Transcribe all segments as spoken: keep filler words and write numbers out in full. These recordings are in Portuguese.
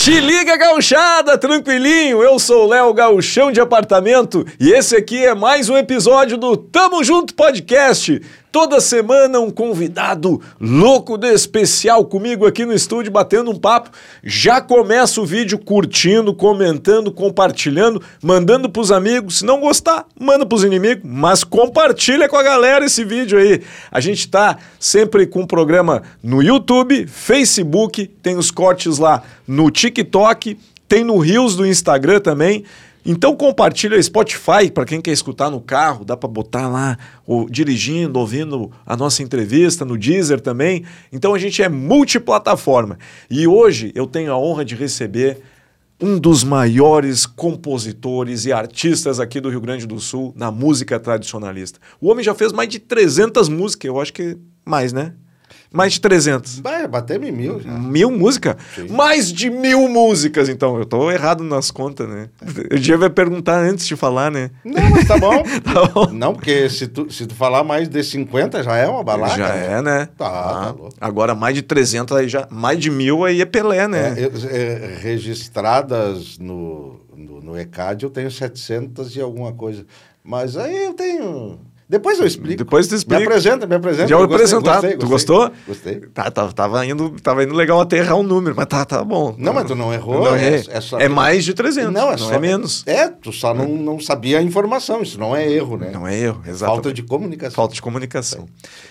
Te liga, gauchada, tranquilinho, eu sou o Léo Gauchão de Apartamento e esse aqui é mais um episódio do Tamo Junto Podcast. Toda semana um convidado louco de especial comigo aqui no estúdio batendo um papo. Já começa o vídeo curtindo, comentando, compartilhando, mandando pros amigos. Se não gostar, manda pros inimigos, mas compartilha com a galera esse vídeo aí. A gente tá sempre com um programa no YouTube, Facebook, tem os cortes lá no TikTok, tem no Reels do Instagram também. Então compartilha Spotify para quem quer escutar no carro, dá para botar lá, ou dirigindo, ouvindo a nossa entrevista, no Deezer também. Então a gente é multiplataforma. E hoje eu tenho a honra de receber um dos maiores compositores e artistas aqui do Rio Grande do Sul na música tradicionalista. O homem já fez mais de trezentas músicas, eu acho que mais, né? Mais de trezentas. Vai, batemos mil já. Mil músicas? Sim. Mais de mil músicas, então. Eu tô errado nas contas, né? Eu devia perguntar antes de falar, né? Não, mas tá bom. Tá bom. Não, porque se tu, se tu falar mais de cinquenta, já é uma balada. Já né? é, né? Tá, ah, tá louco. Agora, mais de trezentas, aí já, mais de mil, aí é Pelé, né? É, é, registradas no, no, no E C A D, eu tenho setecentas e alguma coisa. Mas aí eu tenho... Depois eu explico. Depois tu explica. Me apresenta, me apresenta. Já vou apresentar. Gostei, tu gostei, gostou? Gostei. Tá, tá, tava, indo, tava indo legal até errar um número, mas tá, tá bom. Não, mas tu não errou. Não errei. É, é, só... é mais de trezentas, não, é, não só... é menos. É, tu só não, não sabia a informação, isso não é erro, né? Não é erro, exatamente. Falta de comunicação. Falta de comunicação.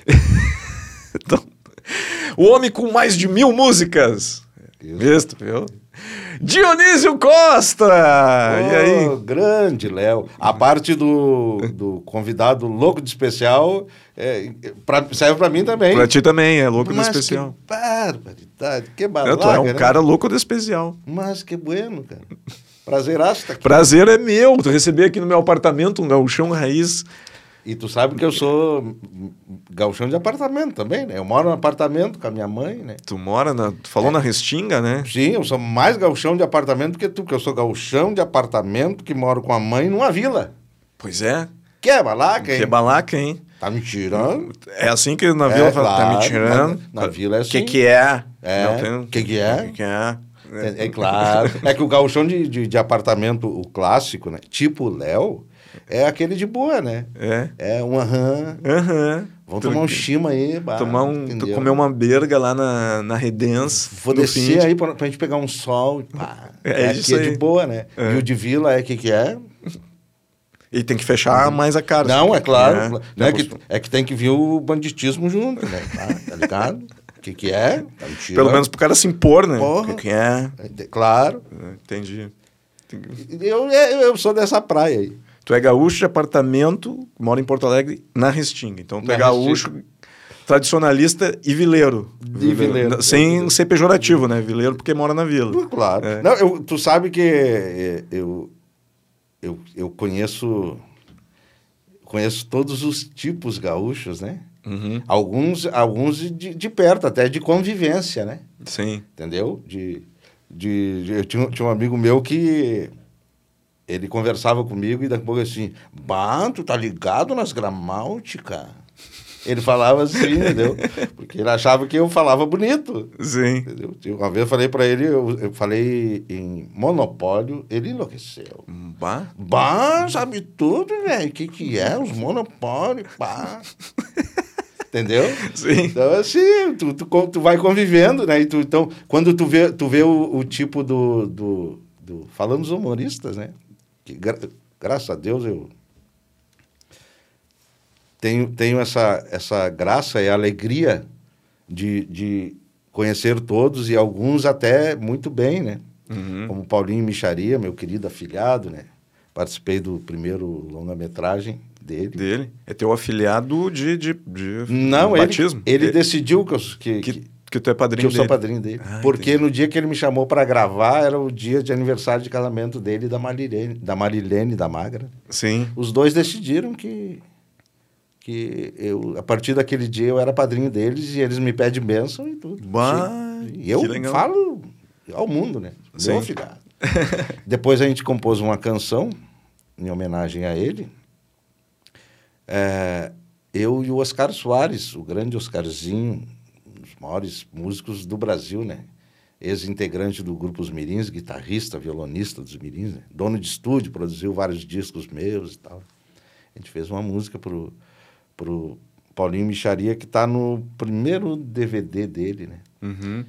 Então, o homem com mais de mil músicas. Isso, viu? Dionísio Costa! Oh, e aí? Grande, Léo. A parte do, do convidado louco de especial é, pra, serve pra mim também. Pra ti também, é louco Mas de especial. Que barbaridade, que balaga, tu é um né? cara louco de especial. Mas que bueno, cara. Prazeraço tá aqui. Prazer é meu. Tu receber aqui no meu apartamento um gauchão raiz. E tu sabe que eu sou gauchão de apartamento também, né? Eu moro no apartamento com a minha mãe, né? Tu mora na... Tu falou é. na Restinga, né? Sim, eu sou mais gauchão de apartamento que tu, porque eu sou gauchão de apartamento que moro com a mãe numa vila. Pois é. Que é balaca, hein? Que é balaca, hein? Tá me tirando? É assim que na vila é, fala, claro, tá me tirando. Na, na vila é assim. Que que é? É, o que que é? Que que é? É, é claro. É que o gauchão de, de, de apartamento, o clássico, né? Tipo o Léo, é aquele de boa, né? É. É um aham. Aham. Vamos tomar um chima aí. Bah, tomar um, tu comer uma berga lá na, na Redens. Vou descer de... aí pra, pra gente pegar um sol. Pá. É, é isso aqui aí. É de boa, né? É. E o de vila é o que que é? E tem que fechar uhum. mais a cara. Não, é claro. É, não é, que, é que tem que vir o banditismo junto, né? Tá, tá ligado? O que que é? Tá Pelo menos pro cara se impor, né? O que que é? Claro. É, entendi. Eu, eu, eu sou dessa praia aí. Tu é gaúcho de apartamento, mora em Porto Alegre, na Restinga. Então tu na é gaúcho, Restinga. Tradicionalista e vileiro. E vileiro. Sem vileiro. ser pejorativo, né? Vileiro porque mora na vila. Claro. É. Não, eu, tu sabe que eu, eu, eu conheço, conheço todos os tipos gaúchos, né? Uhum. Alguns, alguns de, de perto, até de convivência, né? Sim. Entendeu? De, de, de, eu tinha, tinha um amigo meu que... Ele conversava comigo e daqui a pouco assim, bah, tu tá ligado nas gramáuticas? Ele falava assim, entendeu? Porque ele achava que eu falava bonito. Sim. Entendeu? Uma vez eu falei pra ele, eu, eu falei em monopólio, ele enlouqueceu. Bah? Bah, sabe tudo, velho. O que que é os monopólios, bah. Entendeu? Sim. Então, assim, tu, tu, tu vai convivendo, né? E tu, então, quando tu vê, tu vê o, o tipo do, do, do... Falando dos humoristas, né? Que, gra, graças a Deus eu tenho, tenho essa, essa graça e alegria de, de conhecer todos e alguns até muito bem, né? Uhum. Como Paulinho Micharia, meu querido afilhado, né? Participei do primeiro longa-metragem dele. Dele? É teu afiliado de, de, de Não, batismo? Ele, ele é. decidiu que eu... Que, que, que, que tu é padrinho que dele. eu sou padrinho dele. Ah, porque entendi. No dia que ele me chamou para gravar, era o dia de aniversário de casamento dele e da Marilene, da Marilene da Magra. Sim. Os dois decidiram que, que eu, a partir daquele dia eu era padrinho deles e eles me pedem bênção e tudo. Bah, e eu falo ao mundo, né? Meu afilhado. Depois a gente compôs uma canção em homenagem a ele. É, eu e o Oscar Soares, o grande Oscarzinho, um dos maiores músicos do Brasil, né? ex-integrante do grupo Os Mirins, guitarrista, violonista dos Mirins, né? Dono de estúdio, produziu vários discos meus e tal. A gente fez uma música pro, pro Paulinho Mixaria, que está no primeiro D V D dele, né? Uhum.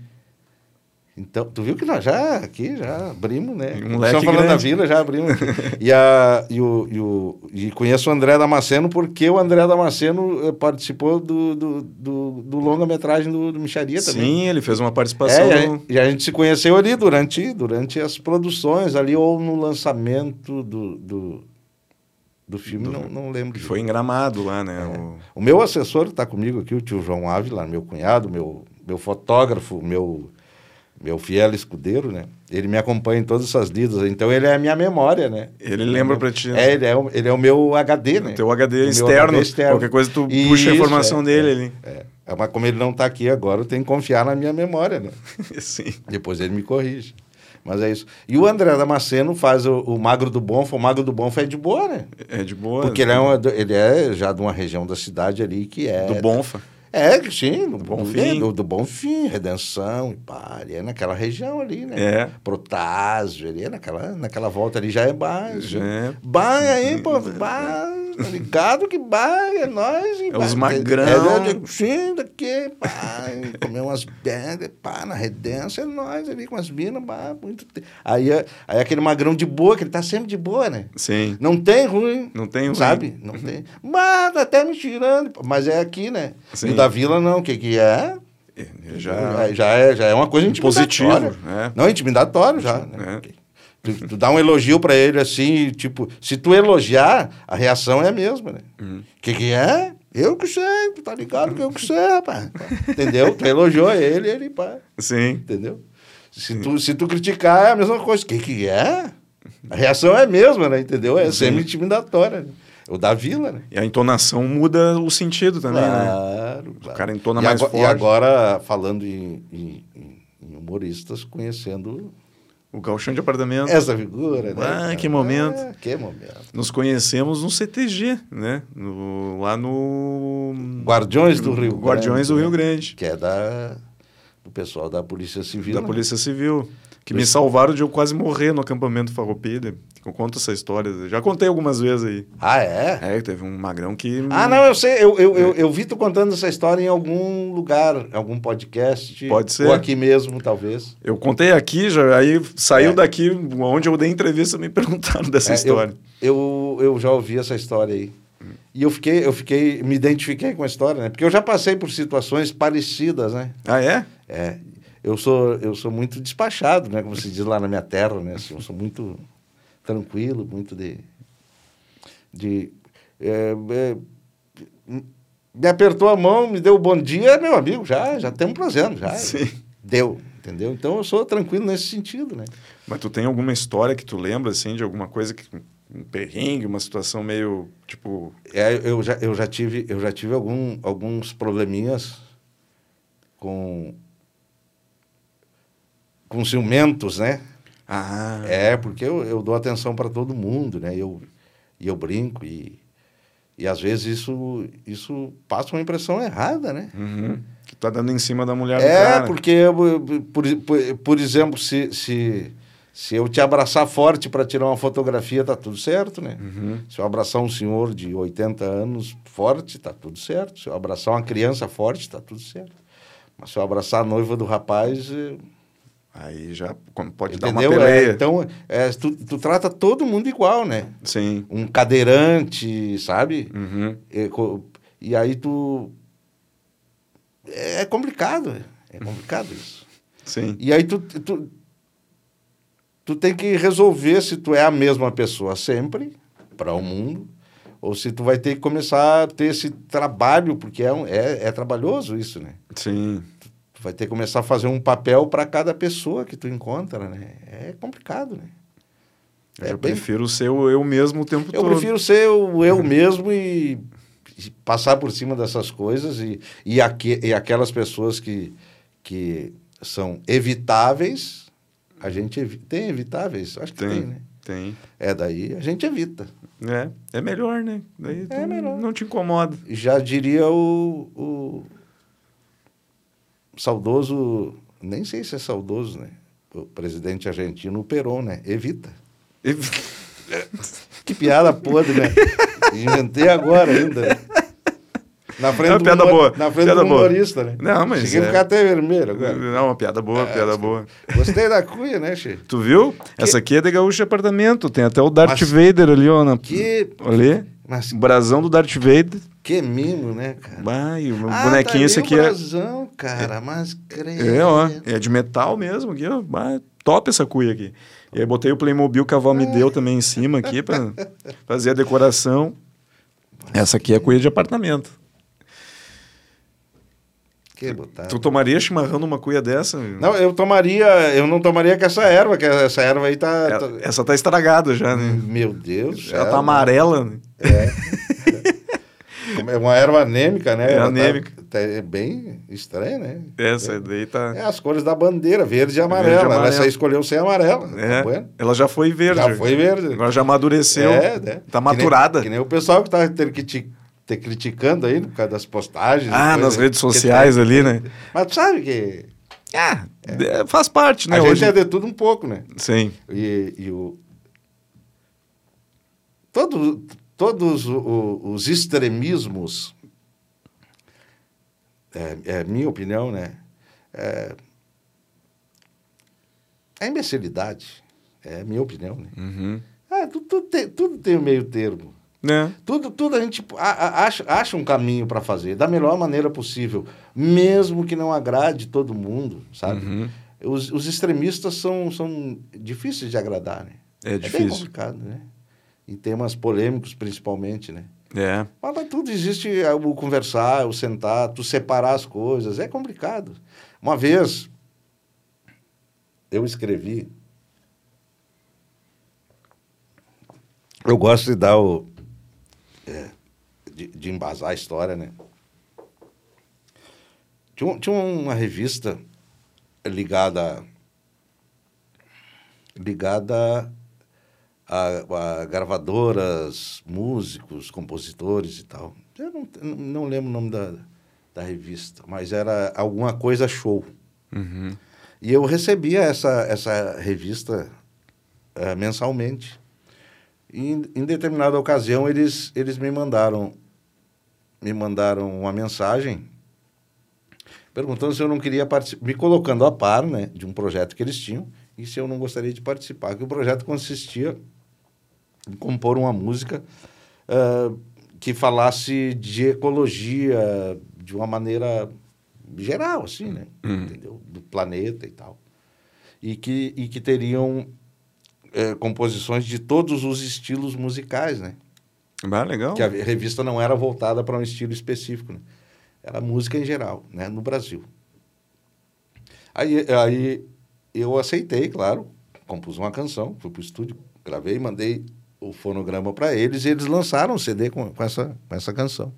Então, tu viu que nós já aqui já abrimos, né? Um leque Estamos falando grande. da vila, já abrimos. e, a, e, o, e, o, e conheço o André Damasceno porque o André Damasceno participou do, do, do, do longa-metragem do, do Mixaria também. Sim, ele fez uma participação. É, no... e, a, e a gente se conheceu ali durante, durante as produções, ali, ou no lançamento do, do, do filme, do, não, não lembro. Foi em Gramado lá, né? É. O... o meu assessor está comigo aqui, o tio João Ávila, meu cunhado, meu, meu fotógrafo, meu... meu fiel escudeiro, né? Ele me acompanha em todas essas lidas, então ele é a minha memória, né? Ele lembra para ti. É, ele é, o, ele é o meu H D, né? O teu H D, o externo, H D externo. Qualquer coisa tu Isso, puxa a informação é, dele é, ali. É. É, mas como ele não está aqui agora, eu tenho que confiar na minha memória, né? Sim. Depois ele me corrige. Mas é isso. E o André Damasceno faz o, o Magro do Bonfá. O Magro do Bonfá é de boa, né? É de boa. Porque ele é, uma, ele é já de uma região da cidade ali que é... Do Bonfá. É, sim, do, do Bom do, Fim. Do, do Bom Fim, Redenção, Ipari, é naquela região ali, né? É. Protásio, ali, é naquela, naquela volta ali já é baixo. Já é. Baia aí, pô, bah, tá ligado que baia, é nós. É os magrão. É, é, sim, daqui, pá, comer umas bendas, pá, na Redenção, é nós ali com as minas, pá, muito tempo. Aí, aí aquele magrão de boa, que ele tá sempre de boa, né? Sim. Não tem ruim. Não tem ruim. Sabe? Não tem. Mas tá até me tirando, mas é aqui, né? Sim. Da vila, não. O que que é? Já, já, é, já é uma coisa intimidatória. Positivo. É. Não, intimidatório já. Né? É. Tu, tu dá um elogio pra ele assim, tipo... Se tu elogiar, a reação é a mesma, né? O Uhum. que que é? Eu que sei, tu tá ligado que eu que sei, rapaz. Entendeu? Tu elogiou ele, ele, pá. Sim. Entendeu? Se tu, se tu criticar, é a mesma coisa. O que que é? A reação é a mesma, né? Entendeu? É sempre intimidatória, né? O da vila, né? E a entonação muda o sentido também, claro, né? Claro. O cara entona e mais agora, forte. E agora, falando em, em, em humoristas, conhecendo... O Gauchão de Apartamento. Essa figura, né? Ah, que momento. Ah, que momento. Nos conhecemos no C T G, né? No, lá no... Guardiões do Rio Grande. Guardiões do Rio Grande. Que é da, do pessoal da Polícia Civil. Da né? Polícia Civil. Que me salvaram de eu quase morrer no acampamento Farroupilha. Eu conto essa história. Já contei algumas vezes aí. Ah, é? É, teve um magrão que... Ah, não, eu sei. Eu, eu, eu, eu vi tu contando essa história em algum lugar, algum podcast. Pode ser. Ou aqui mesmo, talvez. Eu contei aqui, já, aí saiu É. daqui, onde eu dei entrevista, me perguntaram dessa É, história. Eu, eu, eu já ouvi essa história aí. E eu fiquei, eu fiquei, me identifiquei com a história, né? Porque eu já passei por situações parecidas, né? Ah, é? É. Eu sou, eu sou muito despachado, né? Como se diz lá na minha terra, né? Assim, eu sou muito tranquilo, muito de... de é, é, me apertou a mão, me deu um bom dia, meu amigo, já, já temos prosendo, já. Sim. Deu, entendeu? Então eu sou tranquilo nesse sentido, né? Mas tu tem alguma história que tu lembra, assim, de alguma coisa, que, um perrengue, uma situação meio, tipo... É, eu já, eu já tive, eu já tive algum, alguns probleminhas com... com ciumentos, né? Ah. É, porque eu, eu dou atenção para todo mundo, né? Eu, e eu brinco e, e às vezes isso, isso passa uma impressão errada, né? Uhum. Que tá dando em cima da mulher do É, cara. porque, por, por, por exemplo, se, se, se eu te abraçar forte para tirar uma fotografia, tá tudo certo, né? Uhum. Se eu abraçar um senhor de oitenta anos forte, tá tudo certo. Se eu abraçar uma criança forte, tá tudo certo. Mas se eu abraçar a noiva do rapaz... Aí já pode Entendeu? dar uma peleia. É, então, é, tu, tu trata todo mundo igual, né? Sim. Um cadeirante, sabe? Uhum. E, e aí tu... É complicado, é complicado isso. Sim. E aí tu, tu, tu tem que resolver se tu é a mesma pessoa sempre, para o mundo, ou se tu vai ter que começar a ter esse trabalho, porque é, um, é, é trabalhoso isso, né? Sim. Tu vai ter que começar a fazer um papel para cada pessoa que tu encontra, né? É complicado, né? Eu é já bem... prefiro ser o eu mesmo o tempo Eu todo. prefiro ser o eu mesmo e, e passar por cima dessas coisas e, e, aqui, e aquelas pessoas que, que são evitáveis, a gente evi... tem evitáveis? Acho que tem, Tem, né? tem. É, daí a gente evita. É, é melhor, né? Daí É tu melhor. não te incomoda. Já diria o, o saudoso nem sei se é saudoso, né? O presidente argentino, o Perón, né? Evita. Que piada podre, né? Inventei agora ainda, né? Na frente, É uma do, piada humor... boa. Na frente Piada do boa. humorista, né? Não, mas Cheguei é... a ficar até vermelho agora. Não, uma piada boa, É, piada boa. Gostei da cunha, né, Che? Tu viu? Que... Essa aqui é de Gaúcho Apartamento. Tem até o Darth Mas... Vader ali, ó. Na... Que... Ali. Mas... O brasão do Darth Vader. Que mimo, né, cara? Vai, o ah, bonequinho tá esse aqui o é... brasão, cara, mas credo. É, ó. É de metal mesmo aqui, ó. Vai, top essa cuia aquaqui. E aí botei o Playmobil que a avó me deu também em cima aqui pra fazer a decoração. Essa aqui é a cuia de apartamento. Que botado. Tu tomaria chimarrão numa cuia dessa? Não, eu tomaria, eu não tomaria com essa erva, que essa erva aí tá... É, tá... Essa tá estragada já, né? Meu Deus. Ela é, tá amarela, né? É. É uma erva anêmica, né? É Ela anêmica. Tá, tá, é bem estranha, né? Essa é. daí tá... É as cores da bandeira, verde e amarela. Verde e amarelo. Ela só escolheu ser amarela. É, Tá bueno? ela já foi verde. Já foi verde. Agora já amadureceu. É, né? Tá maturada. Que nem, que nem o pessoal que tá ter que te, te criticando aí por causa das postagens. Ah, nas redes sociais tá, ali, né? Mas tu sabe que... Ah, é. Faz parte, né? A Hoje... gente é de tudo um pouco, né? Sim. E, e o... Todo, todos o, os extremismos... É, é minha opinião, né? É, é imbecilidade. É minha opinião, né? Uhum. É, tudo, tudo, tem, tudo tem o meio termo. É. Tudo, tudo a gente a, a, acha, acha um caminho para fazer da melhor maneira possível, mesmo que não agrade todo mundo, sabe? Uhum. Os, os extremistas são, são difíceis de agradar, né? É É difícil. bem complicado, né? Em temas polêmicos, principalmente, né? É. Mas, mas tudo existe o conversar, o sentar, tu separar as coisas. É complicado. Uma vez, eu escrevi... Eu gosto de dar o... É, de, de embasar a história, né? Tinha, tinha uma revista ligada... Ligada... A, a gravadoras, músicos, compositores e tal. Eu não, não lembro o nome da, da revista, mas era alguma coisa show. Uhum. E eu recebia essa, essa revista uh, mensalmente. E em, em determinada ocasião eles, eles me mandaram me mandaram uma mensagem perguntando se eu não queria participar, me colocando a par, né, de um projeto que eles tinham e se eu não gostaria de participar. Que o projeto consistia compor uma música uh, que falasse de ecologia de uma maneira geral, assim, né? Uhum. Entendeu? Do planeta e tal. E que, e que teriam uh, composições de todos os estilos musicais, né? Ah, legal. Que a revista não era voltada para um estilo específico, né? Era música em geral, né? No Brasil. Aí, aí eu aceitei, claro, compus uma canção, fui para o estúdio, gravei, mandei o fonograma para eles e eles lançaram um C D com, com, essa, com essa canção.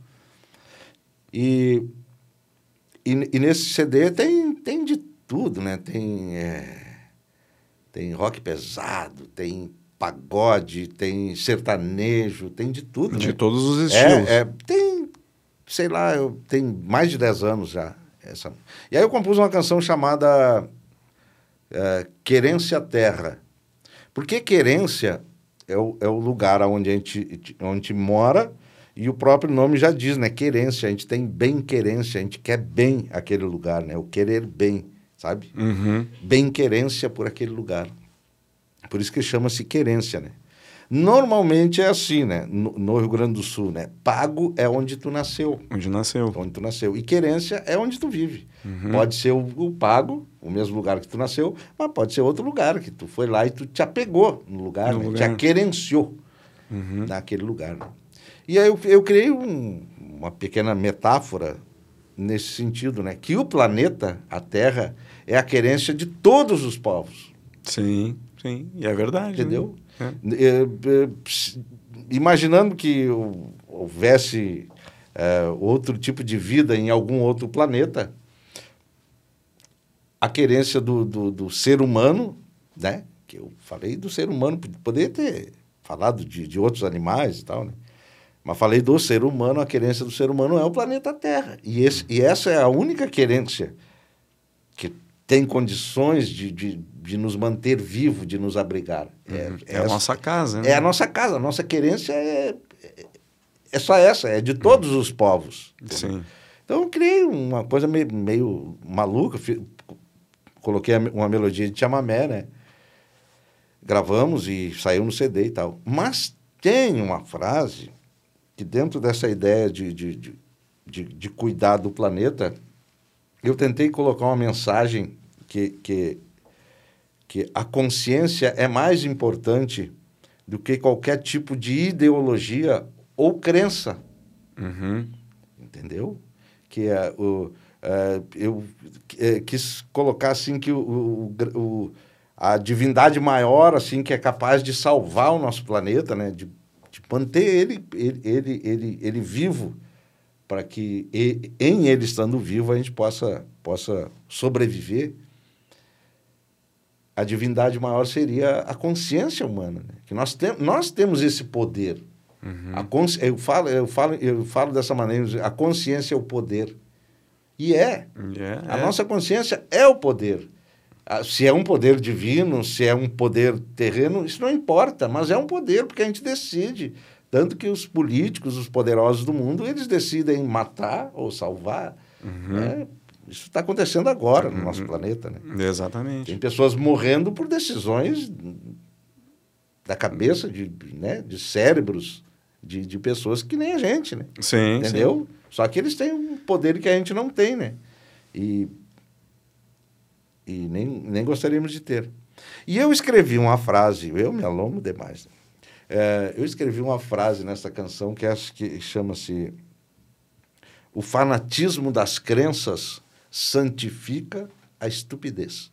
E, e, e nesse C D tem, tem de tudo, né? Tem, é, tem rock pesado, tem pagode, tem sertanejo, tem de tudo, De né? todos os estilos. É, é, tem, sei lá, eu, tem mais de dez anos já. Essa. E aí eu compus uma canção chamada é, Querência Terra. Porque Querência é o, é o lugar onde a, gente, onde a gente mora e o próprio nome já diz, né? Querência, a gente tem bem-querência, a gente quer bem aquele lugar, né? O querer bem, sabe? Uhum. Bem-querência por aquele lugar. Por isso que chama-se querência, né? Normalmente é assim, né? No, no Rio Grande do Sul, né? Pago é onde tu nasceu. Onde nasceu. Onde tu nasceu. E querência é onde tu vive. Uhum. Pode ser o, o Pago, o mesmo lugar que tu nasceu, mas pode ser outro lugar, que tu foi lá e tu te apegou no lugar, No né? lugar. Te aquerenciou Uhum. naquele lugar. Né? E aí eu, eu criei um, uma pequena metáfora nesse sentido, né? Que o planeta, a Terra, é a querência de todos os povos. Sim, sim. E é verdade. Entendeu? Né? É. É, é, imaginando que houvesse é, outro tipo de vida em algum outro planeta, a querência do, do, do ser humano, né? Que eu falei do ser humano, poderia ter falado de, de outros animais e tal, né? Mas falei do ser humano, a querência do ser humano é o planeta Terra. E, esse, e essa é a única querência que tem condições de, de, de nos manter vivos, de nos abrigar. É, Uhum. é, é a nossa casa, né? É a nossa casa, a nossa querência é, é, é só essa, é de todos os povos. Entendeu? Sim. Então eu criei uma coisa meio, meio maluca, fi, coloquei uma melodia de chamamé, né? Gravamos e saiu no C D e tal. Mas tem uma frase que dentro dessa ideia de, de, de, de, de cuidar do planeta, eu tentei colocar uma mensagem que, que, que a consciência é mais importante do que qualquer tipo de ideologia ou crença. Uhum. Entendeu? Que é, o, é, eu é, quis colocar assim que o, o, o, a divindade maior assim, que é capaz de salvar o nosso planeta, né? de, de manter ele, ele, ele, ele, ele vivo, para que ele, em ele estando vivo a gente possa, possa sobreviver. A divindade maior seria a consciência humana, né? Que nós, tem, nós temos esse poder. Uhum. A consci... eu, falo, eu, falo, eu falo dessa maneira, a consciência é o poder. E é. Yeah, a é. nossa consciência é o poder. Se é um poder divino, se é um poder terreno, isso não importa, mas é um poder, porque a gente decide. Tanto que os políticos, os poderosos do mundo, eles decidem matar ou salvar. Uhum. Né? Isso está acontecendo agora no nosso planeta, né? Exatamente. Tem pessoas morrendo por decisões da cabeça, de, né? de cérebros, de, de pessoas que nem a gente, né? Sim, entendeu? Sim. Só que eles têm um poder que a gente não tem, né? E, e nem, nem gostaríamos de ter. E eu escrevi uma frase, eu me alongo demais, né? É, eu escrevi uma frase nessa canção que acho que chama-se: o fanatismo das crenças santifica a estupidez.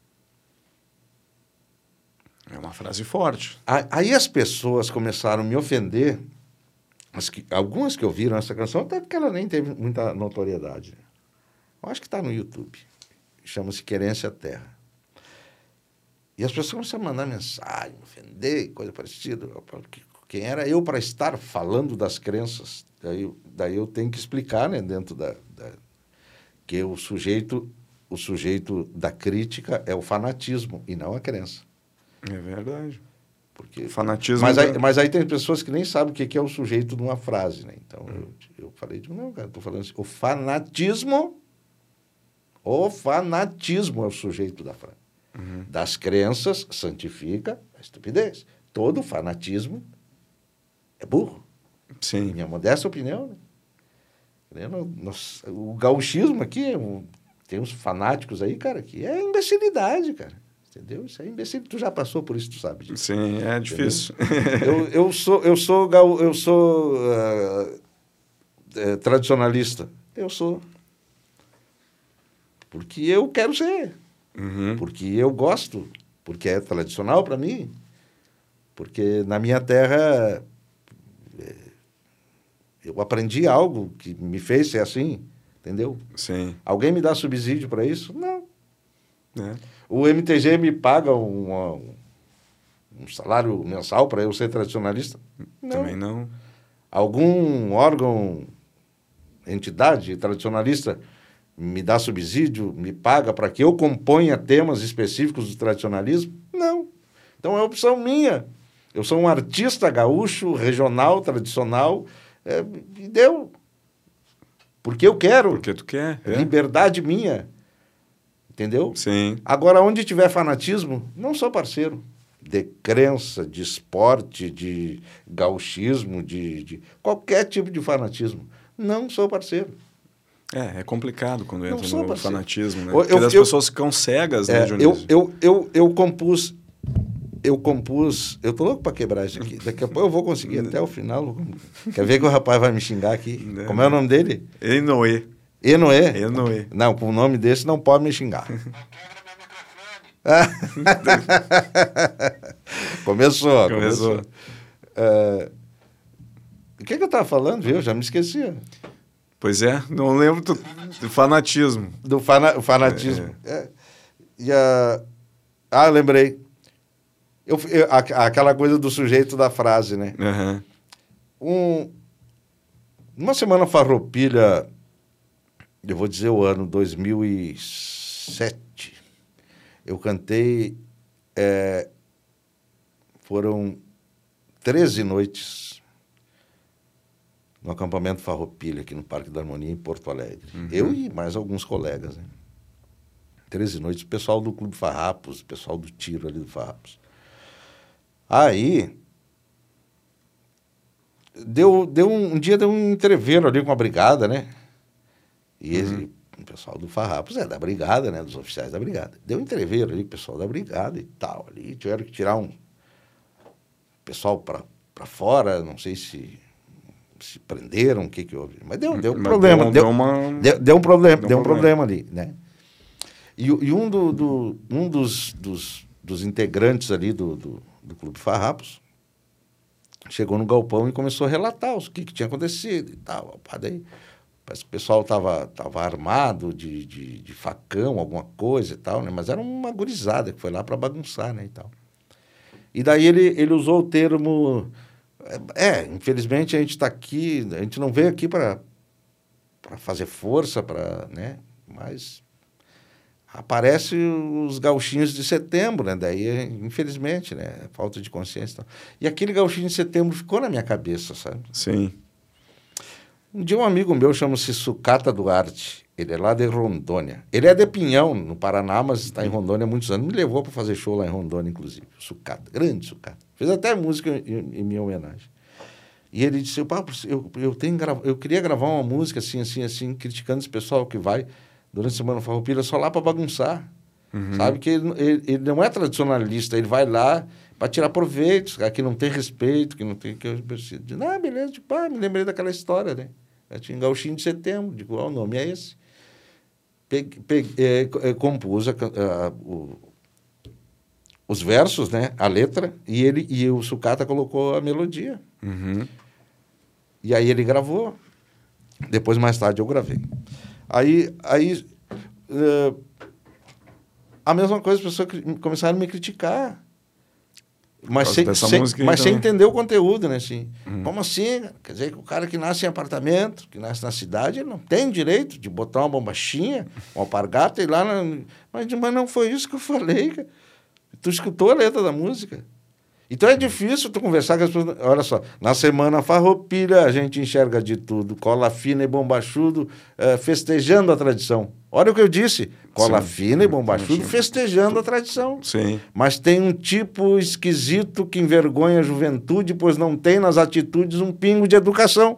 É uma frase forte. Aí as pessoas começaram a me ofender, as que, algumas que ouviram essa canção, até porque ela nem teve muita notoriedade. Eu acho que está no YouTube. Chama-se Querência Terra. E as pessoas começaram a mandar mensagem, me ofender, coisa parecida. Quem era eu para estar falando das crenças? Daí, daí eu tenho que explicar, né, dentro da... da que o sujeito, o sujeito da crítica é o fanatismo e não a crença. É verdade. Porque, fanatismo. Mas aí, mas aí tem pessoas que nem sabem o que é o sujeito de uma frase, né? Então, hum. eu, eu falei, de, não, cara, estou falando assim, o fanatismo, o fanatismo é o sujeito da frase. Uhum. Das crenças santifica a estupidez. Todo fanatismo é burro. Sim. Minha modesta opinião, né? Nossa, o gauchismo aqui, um, tem uns fanáticos aí, cara, que é imbecilidade, cara. Entendeu? Isso é imbecil. Tu já passou por isso, tu sabe disso. Sim, é difícil. eu, eu sou, eu sou, eu sou uh, é, tradicionalista. Eu sou. Porque eu quero ser. Uhum. Porque eu gosto. Porque é tradicional para mim. Porque na minha terra... É, eu aprendi algo que me fez ser assim, entendeu? Sim. Alguém me dá subsídio para isso? Não. É. O M T G me paga um, um salário mensal para eu ser tradicionalista? Não. Também não. Algum órgão, entidade tradicionalista me dá subsídio, me paga para que eu componha temas específicos do tradicionalismo? Não. Então é opção minha. Eu sou um artista gaúcho, regional, tradicional, é, e deu. Porque eu quero. Porque tu quer. É. Liberdade minha. Entendeu? Sim. Agora, onde tiver fanatismo, não sou parceiro. De crença, de esporte, de gauchismo, de, de qualquer tipo de fanatismo. Não sou parceiro. É, é complicado quando entra no parceiro. fanatismo, né? Eu, Porque eu, as eu, pessoas ficam cegas, é, né, Dionísio? Eu, eu, eu, eu compus... Eu compus... Eu tô louco para quebrar isso aqui. Daqui a pouco eu vou conseguir até o final. Quer ver que o rapaz vai me xingar aqui? É. Como é o nome dele? Enoê. Enoê? Enoê. Não, com o nome desse não pode me xingar. começou, começou. começou. Uh, o que, que eu estava falando, viu? Já me esqueci. Pois é, não lembro do, do fanatismo. Do fana, fanatismo. É. É. E a... Ah, lembrei. Eu, eu, a, aquela coisa do sujeito da frase, né? Uhum. Um, uma semana farroupilha, eu vou dizer o ano dois mil e sete, eu cantei... É, foram treze noites no acampamento Farroupilha, aqui no Parque da Harmonia, em Porto Alegre. Uhum. Eu e mais alguns colegas, né? treze noites, o pessoal do Clube Farrapos, o pessoal do tiro ali do Farrapos. Aí, deu, deu um, um dia deu um entreveiro ali com a brigada, né? E esse, uhum. o pessoal do Farrapos é da brigada, né? Dos oficiais da brigada. Deu um entreveiro ali com o pessoal da brigada e tal. Ali tiveram que tirar um pessoal para fora, não sei se... se prenderam, o que que houve. Mas deu, deu um Mas problema. Deu, deu, uma... deu, deu um problema, deu, deu um problema. problema ali, né? E, e um, do, do, um dos, dos, dos integrantes ali do, do, do Clube Farrapos chegou no galpão e começou a relatar o que, que tinha acontecido e tal. Daí, parece que o pessoal estava tava armado de, de, de facão, alguma coisa e tal, né? Mas era uma gurizada que foi lá para bagunçar, né, e tal. E daí ele, ele usou o termo... É, infelizmente a gente está aqui, a gente não veio aqui para fazer força, para, né? Mas aparece os gauchinhos de setembro, né? Daí, infelizmente, né? Falta de consciência. Então. E aquele gauchinho de setembro ficou na minha cabeça, sabe? Sim. Um dia um amigo meu chama-se Sucata Duarte, ele é lá de Rondônia. Ele é de Pinhão, no Paraná, mas está em Rondônia há muitos anos. Me levou para fazer show lá em Rondônia, inclusive. Sucata, grande Sucata. Fez até música em, em minha homenagem. E ele disse, eu, eu, tenho grava... eu queria gravar uma música assim, assim, assim, criticando esse pessoal que vai durante a Semana Farroupilha só lá para bagunçar. Uhum. Sabe que ele, ele, ele não é tradicionalista, ele vai lá para tirar proveito, que não tem respeito, que não tem... Que eu disse, ah, beleza, tipo, ah, me lembrei daquela história, né? Eu tinha Gauchinho de Setembro, digo, oh, o nome é esse. Pegue, pegue, é, é, compus a, a, o, os versos, né? A letra, e, ele, e o Sucata colocou a melodia. Uhum. E aí ele gravou. Depois, mais tarde, eu gravei. Aí, aí uh, a mesma coisa, as pessoas começaram a me criticar. Mas, sem, sem, mas sem entender o conteúdo, né? Assim, uhum. Como assim? Quer dizer, que o cara que nasce em apartamento, que nasce na cidade, ele não tem direito de botar uma bombachinha, uma alpargata e ir lá... Na... Mas, mas não foi isso que eu falei, cara. Tu escutou a letra da música? Então é difícil tu conversar com as pessoas. Olha só, na Semana Farroupilha a gente enxerga de tudo. Cola fina e bombachudo, uh, festejando a tradição. Olha o que eu disse. Cola Sim. fina e bombachudo, festejando a tradição. Sim. Mas tem um tipo esquisito que envergonha a juventude, pois não tem nas atitudes um pingo de educação.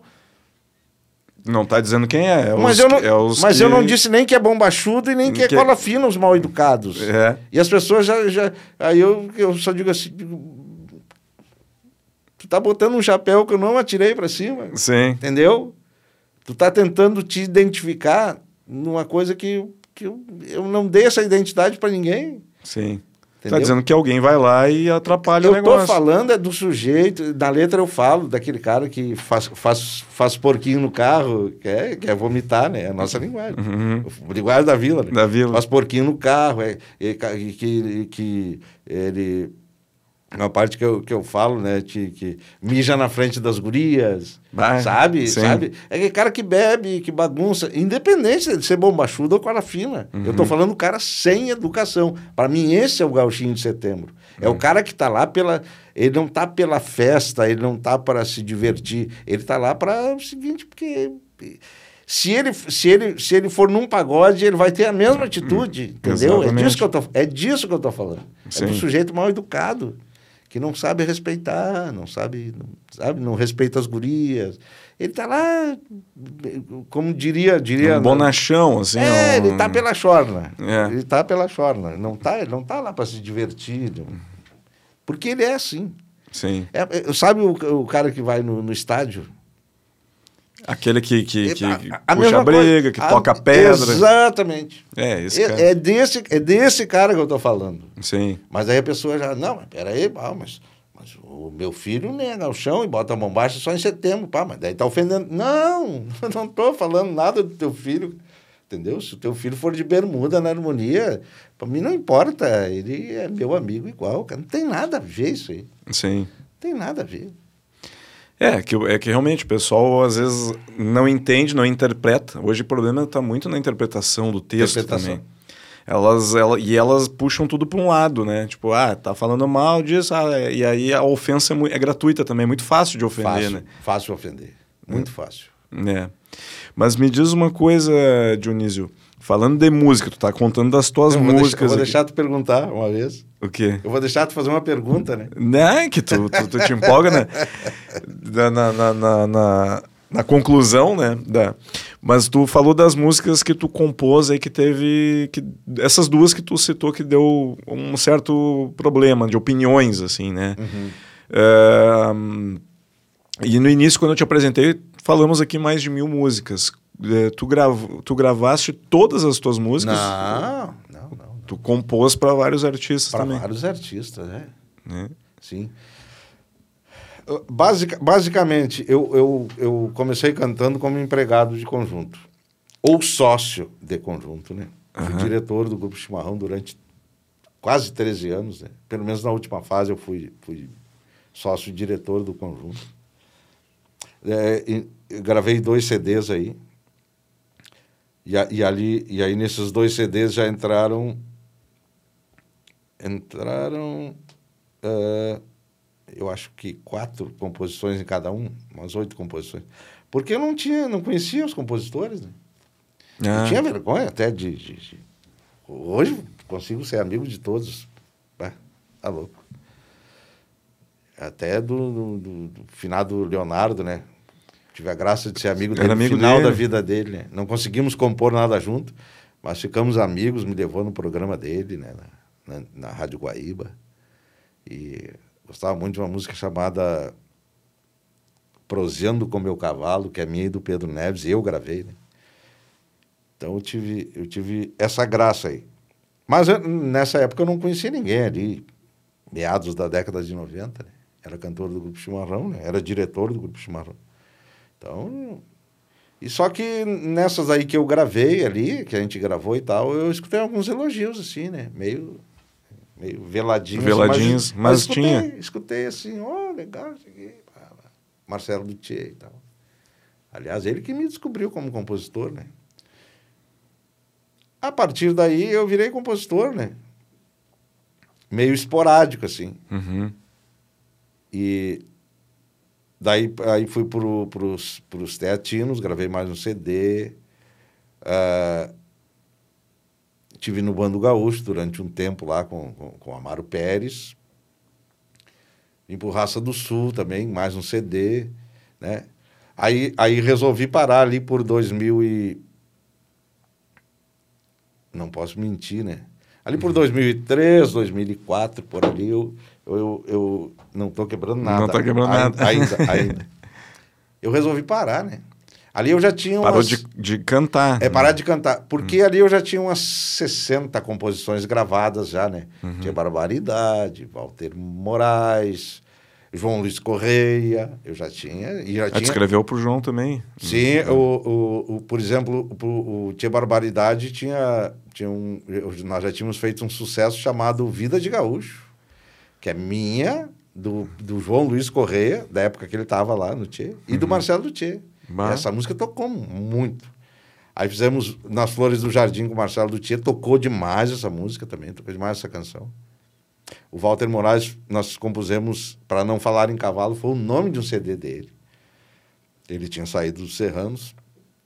Não está dizendo quem é. é mas os, eu, não, é os mas que... eu não disse nem que é bombachudo e nem que, que é cola fina, os mal educados. É. E as pessoas já... já aí eu, eu só digo assim... Tu tá botando um chapéu que eu não atirei para cima. Sim. Entendeu? Tu tá tentando te identificar numa coisa que, que eu, eu não dei essa identidade para ninguém. Sim. Entendeu? Tá dizendo que alguém vai lá e atrapalha eu o negócio. Eu tô falando é do sujeito, na letra eu falo daquele cara que faz, faz, faz porquinho no carro, quer, quer vomitar, né? É a nossa linguagem. Uhum. Linguagem da vila, né? Da vila. Faz porquinho no carro, é, é, que, que, que ele... Uma parte que eu, que eu falo, né, que, que mija na frente das gurias, ah, sabe? Sim. sabe? É aquele cara que bebe, que bagunça, independente de ser bombachudo ou cola fina. Uhum. Eu tô falando do cara sem educação. Para mim, esse é o gauchinho de setembro. É uhum. o cara que tá lá pela... Ele não tá pela festa, ele não tá para se divertir. Ele tá lá para o seguinte, porque... Se ele, se, ele, se ele for num pagode, ele vai ter a mesma atitude, hum, entendeu? É disso, que eu tô, é disso que eu tô falando. Sim. É do sujeito mal educado, que não sabe respeitar, não sabe, não, sabe, não respeita as gurias. Ele tá lá, como diria... diria um bonachão, assim. É, um... ele tá pela chorna. É. Ele tá pela chorna. Não tá, ele não tá lá para se divertir. Não. Porque ele é assim. Sim. É, sabe o, o cara que vai no, no estádio... Aquele que, que, que a, a puxa a briga, que a, toca pedra. Exatamente. É, esse cara. É, é, desse, é desse cara que eu estou falando. Sim. Mas aí a pessoa já... Não, mas peraí, pá, mas, mas o meu filho nega o chão e bota a bombacha só em setembro. Pá, mas daí está ofendendo. Não, eu não estou falando nada do teu filho. Entendeu? Se o teu filho for de bermuda na harmonia, para mim não importa. Ele é meu amigo igual. Cara. Não tem nada a ver isso aí. Sim. Não tem nada a ver. É que, é que realmente o pessoal às vezes não entende, não interpreta. Hoje o problema está muito na interpretação do texto também. Elas, ela, e elas puxam tudo para um lado, né? Tipo, ah, tá falando mal disso, ah, e aí a ofensa é, mu- é gratuita também, é muito fácil de ofender, Fácil, né? fácil ofender. Muito É. fácil. É. Mas me diz uma coisa, Dionísio, falando de música, tu tá contando das tuas Eu vou músicas. deixar, eu vou aqui. deixar tu perguntar uma vez. O quê? Eu vou deixar tu fazer uma pergunta, né? Né? Que tu, tu, tu te empolga, né? Na, na, na, na, na, na conclusão, né? Da... Mas tu falou das músicas que tu compôs aí que teve... Que... Essas duas que tu citou que deu um certo problema de opiniões, assim, né? Uhum. É... E no início, quando eu te apresentei, falamos aqui mais de mil músicas. É, tu, grav... tu gravaste todas as tuas músicas? Não, não, não. não. Tu compôs para vários artistas Para também. vários artistas, né? É. Sim. Basic, basicamente, eu, eu, eu comecei cantando como empregado de conjunto. Ou sócio de conjunto, né? Fui Aham. diretor do Grupo Chimarrão durante quase treze anos, né? Pelo menos na última fase eu fui, fui sócio-diretor do conjunto. É, e, eu gravei dois C Ds aí. E, a, e, ali, e aí nesses dois C Ds já entraram... Entraram... Uh, eu acho que quatro composições em cada um, umas oito composições. Porque eu não tinha, não conhecia os compositores, né? Ah. Eu tinha vergonha até de, de, de... Hoje consigo ser amigo de todos. Ah, tá louco. Até do, do, do, do finado Leonardo, né? Tive a graça de ser amigo dele Era no amigo final dele. da vida dele, né? Não conseguimos compor nada junto, mas ficamos amigos, me levou no programa dele, né? Na, na, na Rádio Guaíba. E gostava muito de uma música chamada Proseando com Meu Cavalo, que é minha e do Pedro Neves, e eu gravei, né? Então eu tive, eu tive essa graça aí. Mas eu, nessa época eu não conhecia ninguém ali, meados da década de noventa, né? Era cantor do Grupo Chimarrão, né? Era diretor do Grupo Chimarrão. Então, e só que nessas aí que eu gravei ali, que a gente gravou e tal, eu escutei alguns elogios, assim, né? Meio... meio veladinhos. Veladinhos, mas, mas escutei, tinha. Escutei assim, ó, oh, legal, cheguei. Marcelo Luthier e tal. Aliás, ele que me descobriu como compositor, né? A partir daí eu virei compositor, né? Meio esporádico, assim. Uhum. E daí aí fui para os Teatinos, gravei mais um C D. Uh, Estive no Bando Gaúcho durante um tempo lá com, com, com Amaro Pérez. Vim pro Raça do Sul também, mais um C D, né? Aí, aí resolvi parar ali por dois mil e... Não posso mentir, né? Ali por dois mil e três, dois mil e quatro, por ali, eu, eu, eu não estou quebrando nada. Não tá quebrando ainda, nada. Ainda, ainda. Eu resolvi parar, né? Ali eu já tinha umas... Parou de, de cantar. É, né? parar de cantar. Porque hum. ali eu já tinha umas sessenta composições gravadas já, né? Uhum. Tinha Barbaridade, Walter Moraes, João Luiz Correia, eu já tinha... E já Ah, tinha... escreveu pro João também. Sim, uhum. o, o, o, por exemplo, o, o Tia Barbaridade tinha, tinha um... Nós já tínhamos feito um sucesso chamado Vida de Gaúcho, que é minha, do, do João Luiz Correia, da época que ele estava lá no Tchê, e do Uhum. Marcelo Luthier. Essa música tocou muito. Aí fizemos Nas Flores do Jardim com o Marcelo Luthier, tocou demais essa música também, tocou demais essa canção. O Walter Moraes, nós compusemos Para Não Falar em Cavalo, foi o nome de um C D dele. Ele tinha saído dos Serranos.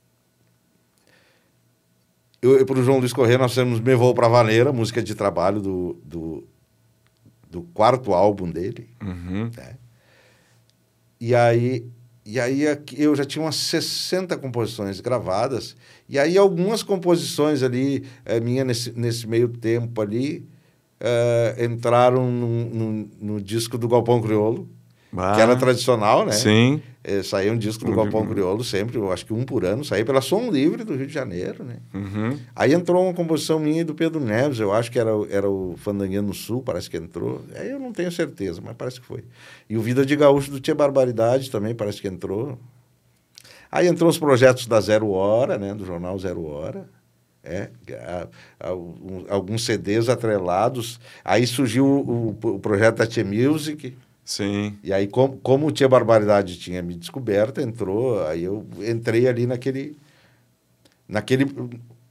Eu, para o João Luiz Correia, nós fizemos Me Vou Pra Vaneira, música de trabalho do, do, do quarto álbum dele. Uhum. Né? E aí... E aí eu já tinha umas sessenta composições gravadas, e aí algumas composições ali, é, minha nesse, nesse meio tempo ali, é, entraram no, no, no disco do Galpão Crioulo, ah, que era tradicional, né? Sim. É, saía um disco do Galpão Crioulo sempre, eu acho que um por ano, saía pela Som Livre do Rio de Janeiro, né? Uhum. Aí entrou uma composição minha e do Pedro Neves, eu acho que era, era o Fandangueiro Sul, parece que entrou. Aí eu não tenho certeza, mas parece que foi. E o Vida de Gaúcho do Tia Barbaridade também parece que entrou. Aí entrou os projetos da Zero Hora, né? Do jornal Zero Hora. É, a, a, um, alguns C Ds atrelados. Aí surgiu o, o, o projeto da Tia Music. Sim. E aí, como, como o Tia Barbaridade tinha me descoberto, entrou, aí eu entrei ali naquele... naquele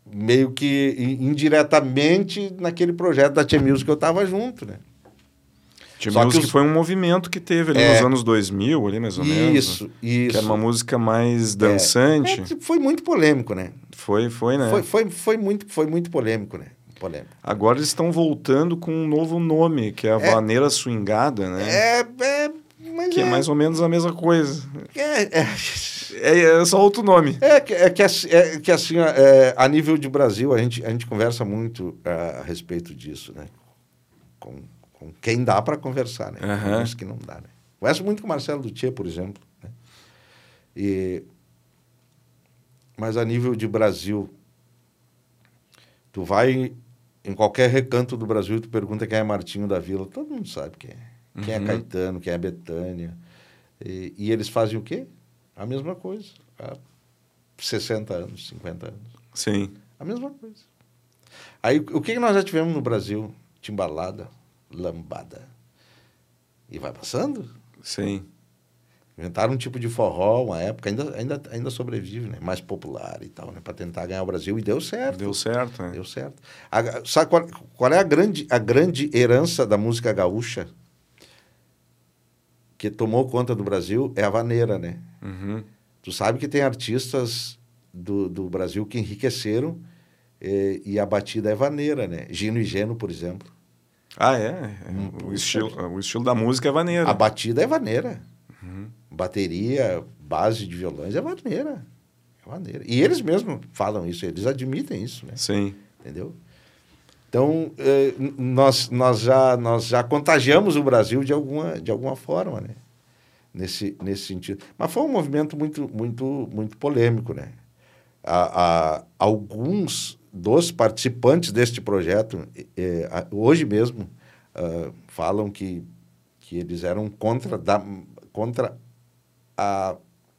meio que indiretamente naquele projeto da Tia Music que eu estava junto, né? Tia Music os... foi um movimento que teve ali é, nos anos dois mil, ali mais ou isso, menos. Isso, isso. Que era uma música mais dançante. É, é, foi muito polêmico, né? Foi, foi, né? Foi, foi, foi, muito, foi muito polêmico, né? Polêmico. Agora eles estão voltando com um novo nome, que é a é, Vaneira Swingada, né? É, é, mas que é... é mais ou menos a mesma coisa. É, é... é, é só outro nome. É que, é que, é que assim, é, a nível de Brasil, a gente, a gente conversa muito a, a respeito disso, né? Com, com quem dá para conversar, né? Uhum. Com os que não dá, né? Converso muito com o Marcelo Luthier, por exemplo, né? E... Mas a nível de Brasil, tu vai em qualquer recanto do Brasil e tu pergunta quem é Martinho da Vila, todo mundo sabe quem é. Quem uhum. é Caetano, quem é Bethânia. E, e eles fazem o quê? A mesma coisa. Há sessenta anos, cinquenta anos. Sim. A mesma coisa. Aí, o que nós já tivemos no Brasil? Timbalada, lambada. E vai passando? Sim. Inventaram um tipo de forró, uma época, ainda, ainda, ainda sobrevive, né? Mais popular e tal, né? Para tentar ganhar o Brasil. E deu certo. Deu certo, né? Deu certo. A, sabe qual, qual é a grande, a grande herança da música gaúcha que tomou conta do Brasil? É a vaneira, né? Uhum. Tu sabe que tem artistas do, do Brasil que enriqueceram e, e a batida é vaneira, né? Gino e Geno, por exemplo. Ah, é? Hum, o, estilo, o estilo da música é vaneira. A batida é vaneira. Uhum. Bateria, base de violões é vaneira. É vaneira. E eles mesmos falam isso, eles admitem isso, né? Sim. Entendeu? Então, eh, nós, nós, já, nós já contagiamos o Brasil de alguma, de alguma forma, né? Nesse, nesse sentido. Mas foi um movimento muito, muito, muito polêmico, né? A, a, alguns dos participantes deste projeto, eh, a, hoje mesmo, uh, falam que, que eles eram contra, da, contra a,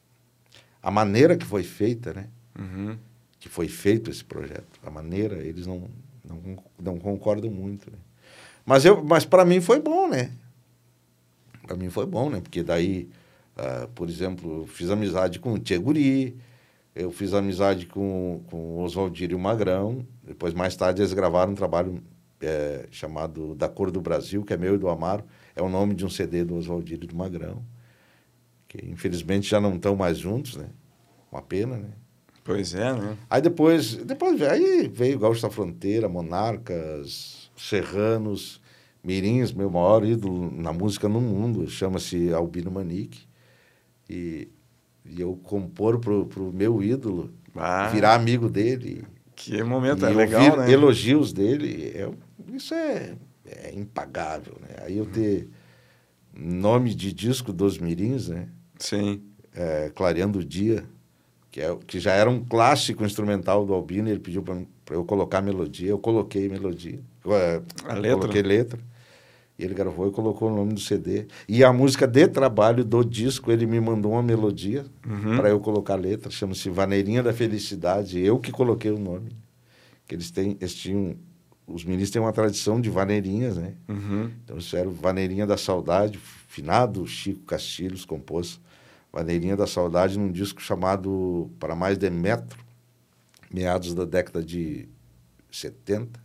a maneira que foi feita, né? Uhum. Que foi feito esse projeto. A maneira, eles não, não, não concordam muito, né? Mas, eu, mas para mim foi bom, né? Para mim foi bom, né? Porque daí, uh, por exemplo, eu fiz amizade com o Tchê Guri, eu fiz amizade com, com o Oswaldírio Magrão, depois mais tarde eles gravaram um trabalho é, chamado Da Cor do Brasil, que é meu e do Amaro, é o nome de um C D do Oswaldírio do Magrão, que infelizmente já não estão mais juntos, né? Uma pena, né? Pois é, né? Aí depois, depois aí veio Gaúcho da Fronteira, Monarcas, Serranos, Mirins, meu maior ídolo na música no mundo, chama-se Albino Manique. E, e eu compor pro, pro meu ídolo, ah, virar amigo dele. Que momento, é legal, né? Elogios dele, é, isso é, é impagável, né? Aí eu ter nome de disco dos Mirins, né? Sim. É, Clareando o Dia, que, é, que já era um clássico instrumental do Albino, ele pediu para eu colocar melodia, eu coloquei melodia, eu, é, a letra? Coloquei letra, e ele gravou e colocou o nome do C D. E a música de trabalho do disco, ele me mandou uma melodia uhum. para eu colocar letra, chama-se Vaneirinha da Felicidade, eu que coloquei o nome. Que eles têm, eles tinham, os Mirins têm uma tradição de vaneirinhas, né? Uhum. Então isso era Vaneirinha da Saudade, finado Chico Castilhos compôs Vaneirinha da Saudade num disco chamado Para Mais de Metro, meados da década de setenta.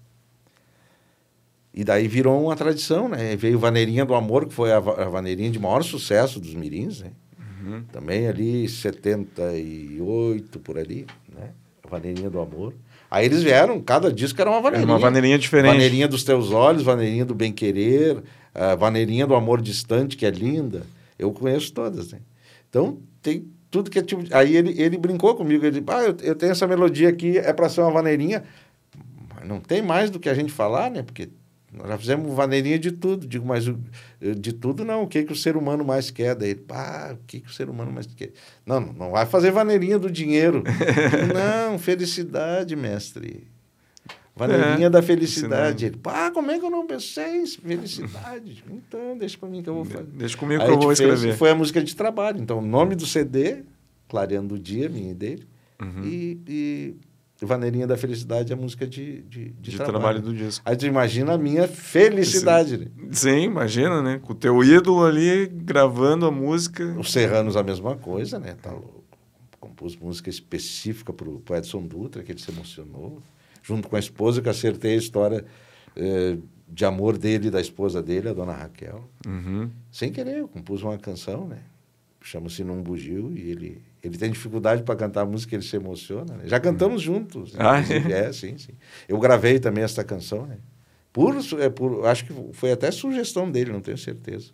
E daí virou uma tradição, né? Veio Vaneirinha do Amor, que foi a, a vaneirinha de maior sucesso dos Mirins, né? Uhum. Também ali, setenta e oito, por ali, né? A Vaneirinha do Amor. Aí eles vieram, cada disco era uma vaneirinha. Era uma vaneirinha diferente. Vaneirinha dos Teus Olhos, Vaneirinha do Bem Querer, a Vaneirinha do Amor Distante, que é linda. Eu conheço todas, né? Então, tem tudo que é tipo... Aí ele, ele brincou comigo, ele disse, ah, eu, eu tenho essa melodia aqui, é para ser uma vaneirinha. Mas não tem mais do que a gente falar, né? Porque nós já fizemos vaneirinha de tudo. Digo, mas de tudo não, o que, que o ser humano mais quer? Daí, pá, o que, que o ser humano mais quer? Não, não vai fazer vaneirinha do dinheiro. Não, felicidade, mestre. Vaneirinha é, da felicidade. Ele, pá, como é que eu não pensei em felicidade? Então, deixa pra mim que eu vou fazer. Deixa comigo que eu vou escrever. Fez, foi a música de trabalho. Então, o nome do C D, Clareando o Dia, minha e dele, uhum. e, e Vaneirinha da Felicidade é a música de, de, de, de trabalho. trabalho do disco. Aí tu imagina a minha felicidade. Né? Sim, imagina, né? Com o teu ídolo ali gravando a música. Os Serranos a mesma coisa, né? Tá louco. compus música específica para o Edson Dutra, que ele se emocionou, junto com a esposa, que eu acertei a história eh, de amor dele e da esposa dele, a dona Raquel. Uhum. Sem querer, eu compus uma canção, né? Chama-se Num Bugio, e ele, ele tem dificuldade para cantar a música, ele se emociona, né? Já cantamos juntos. Ah, é? é, sim, sim. Eu gravei também essa canção, né? Por, é, por, acho que foi até sugestão dele, não tenho certeza.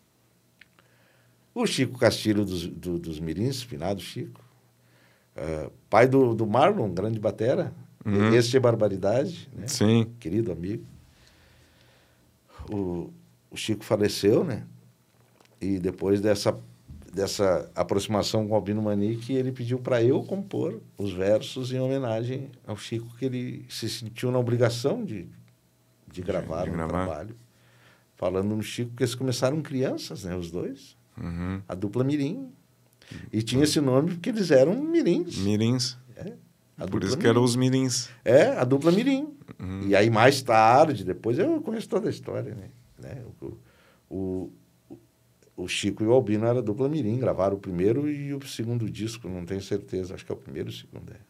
O Chico Castilho dos, do, dos Mirins, finado Chico, uh, pai do, do Marlon, grande batera, uhum. Esse é Barbaridade, né? Sim. Querido amigo. O, o Chico faleceu, né? E depois dessa, dessa aproximação com o Albino Manique, ele pediu para eu compor os versos em homenagem ao Chico, que ele se sentiu na obrigação de, de gravar de um gravar. trabalho. Falando no Chico, porque eles começaram crianças, né? Os dois. Uhum. A dupla Mirim. E tinha esse nome porque eles eram mirins. Mirins. É, Por isso que eram os mirins. É, a dupla Mirim. Uhum. E aí, mais tarde, depois eu conheço toda a história, né? né? O, o, o Chico e o Albino eram a dupla Mirim, gravaram o primeiro e o segundo disco, não tenho certeza, acho que é o primeiro e o segundo. É.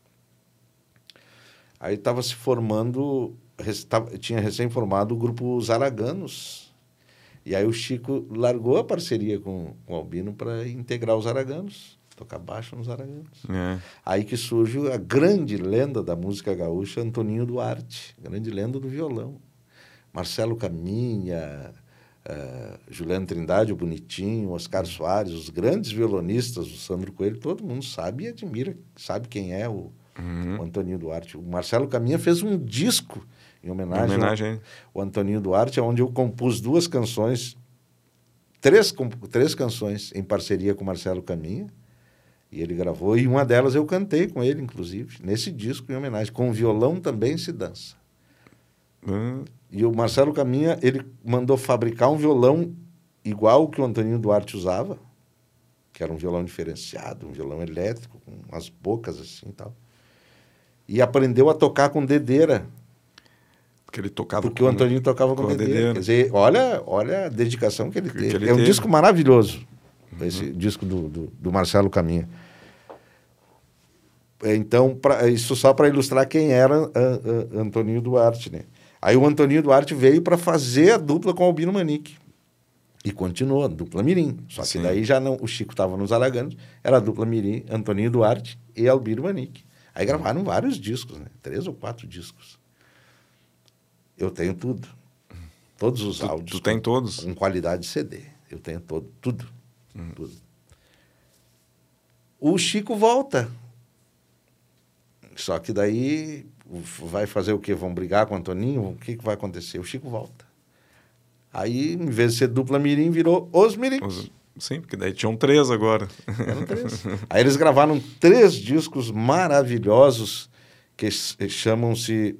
Aí estava se formando, tinha recém-formado o grupo Os Araganos. E aí o Chico largou a parceria com, com o Albino para integrar os Araganos, tocar baixo nos Araganos. É. Aí que surge a grande lenda da música gaúcha, Antoninho Duarte, grande lenda do violão. Marcelo Caminha, uh, Juliano Trindade, o Bonitinho, Oscar Soares, os grandes violonistas, o Sandro Coelho, todo mundo sabe e admira, sabe quem é o, uhum. o Antoninho Duarte. O Marcelo Caminha fez um disco em homenagem, em homenagem ao, ao Antoninho Duarte, onde eu compus duas canções, três, três canções em parceria com o Marcelo Caminha, e ele gravou, e uma delas eu cantei com ele, inclusive, nesse disco em homenagem. Com o violão também se dança. Hum. E o Marcelo Caminha, ele mandou fabricar um violão igual o que o Antoninho Duarte usava, que era um violão diferenciado, um violão elétrico, com umas bocas assim e tal. E aprendeu a tocar com dedeira. Porque ele tocava Porque com, o Antoninho tocava com, com dedeira. dedeira. Quer dizer, olha, olha a dedicação que ele que teve. Que ele é um teve. disco maravilhoso, uhum. esse disco do, do, do Marcelo Caminha. Então, pra, isso só para ilustrar quem era uh, uh, Antoninho Duarte, né? Aí o Antoninho Duarte veio para fazer a dupla com o Albino Manique. E continuou, a dupla Mirim. Só Sim. que daí já não, o Chico estava nos Araganos, era a dupla Mirim, Antoninho Duarte e Albino Manique. Aí gravaram vários discos, né? Três ou quatro discos. Eu tenho tudo. Todos os tu, áudios. Tu tem todos? Com qualidade de C D. Eu tenho todo, tudo. Hum. Tudo. O Chico volta. Só que daí vai fazer o quê? Vão brigar com o Antoninho? O que, que vai acontecer? O Chico volta. Aí, em vez de ser dupla Mirim, virou Os Mirim. Os... Sim, porque daí tinham três agora. Eram três. Aí eles gravaram três discos maravilhosos que chamam-se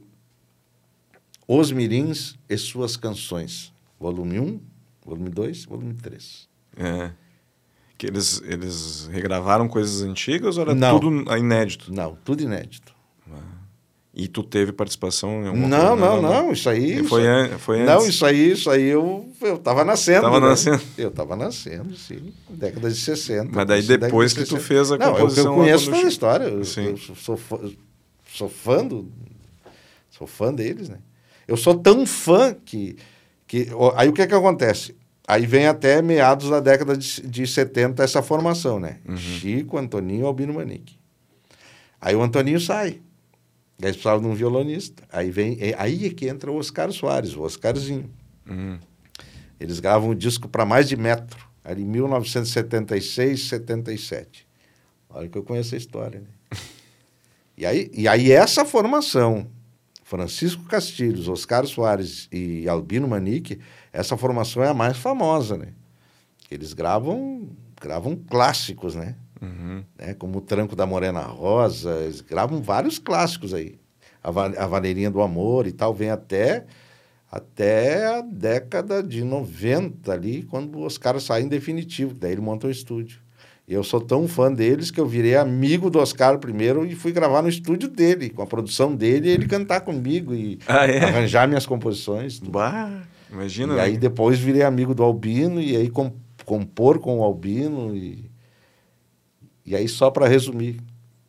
Os Mirins e Suas Canções. Volume um, volume dois, volume três. É. Que eles, eles regravaram coisas antigas ou era não. tudo inédito? Não, tudo inédito. Ah. E tu teve participação em alguma não, coisa? Não, não, não, isso aí... Isso foi, an, foi antes? Não, isso aí, isso aí eu eu estava nascendo. Tava né? nascendo? Eu estava nascendo, sim, década de sessenta. Mas daí depois de que tu fez a não, composição... Não, eu, eu conheço toda a história, eu, sim. eu sou, fã, sou fã do... Sou fã deles, né? Eu sou tão fã que... que aí o que é que acontece? Aí vem até meados da década de, de setenta essa formação, né? Uhum. Chico, Antoninho, Albino Manique. Aí o Antoninho sai. Aí eles precisavam de um violonista. Aí, vem, aí é que entra o Oscar Soares, o Oscarzinho. Uhum. Eles gravam um disco para mais de metro, ali em mil novecentos e setenta e seis, setenta e sete. Olha que eu conheço a história, né? e, aí, e aí essa formação, Francisco Castilhos, Oscar Soares e Albino Manique, essa formação é a mais famosa, né? Eles gravam, gravam clássicos, né? Uhum. né? Como o Tranco da Morena Rosa, eles gravam vários clássicos aí. A, a Valeirinha do Amor e tal, vem até, até a década de noventa ali, quando os caras saem em definitivo, daí ele monta um estúdio. E eu sou tão fã deles que eu virei amigo do Oscar primeiro e fui gravar no estúdio dele, com a produção dele, e ele cantar comigo e ah, é? arranjar minhas composições. Bah, imagina. E né? aí depois virei amigo do Albino e aí com, compor com o Albino e... E aí, só para resumir,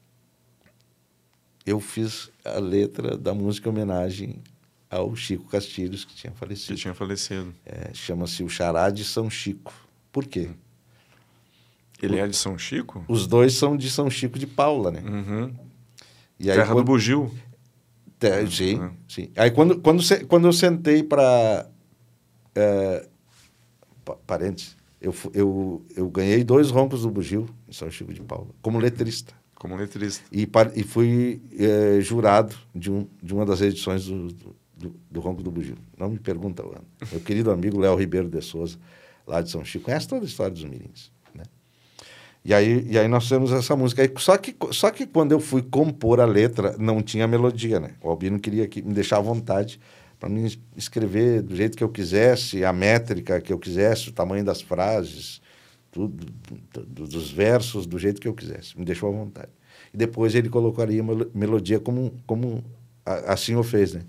eu fiz a letra da música em homenagem ao Chico Castilhos, que tinha falecido. Que tinha falecido. É, chama-se O Xará de São Chico. Por quê? Ele é de São Chico? Os dois são de São Chico de Paula, né? Uhum. E aí, Terra quando... do Bugio. Te... Sim, Uhum. sim. Aí quando, quando, se... quando eu sentei para... É... Parênteses, eu, eu, eu ganhei dois roncos do Bugio em São Chico de Paula, como letrista. Como letrista. E, e fui é, jurado de, um, de uma das edições do, do, do Ronco do Bugio. Não me pergunta o ano. Meu querido amigo Léo Ribeiro de Souza, lá de São Chico, conhece toda a história dos mirins, né? E aí, e aí nós temos essa música. Aí, só, que, só que quando eu fui compor a letra, não tinha melodia, né? O Albino queria que, me deixar à vontade para me escrever do jeito que eu quisesse, a métrica que eu quisesse, o tamanho das frases, tudo, do, dos versos, do jeito que eu quisesse. Me deixou à vontade. E depois ele colocaria uma melodia como, como assim o fez, né?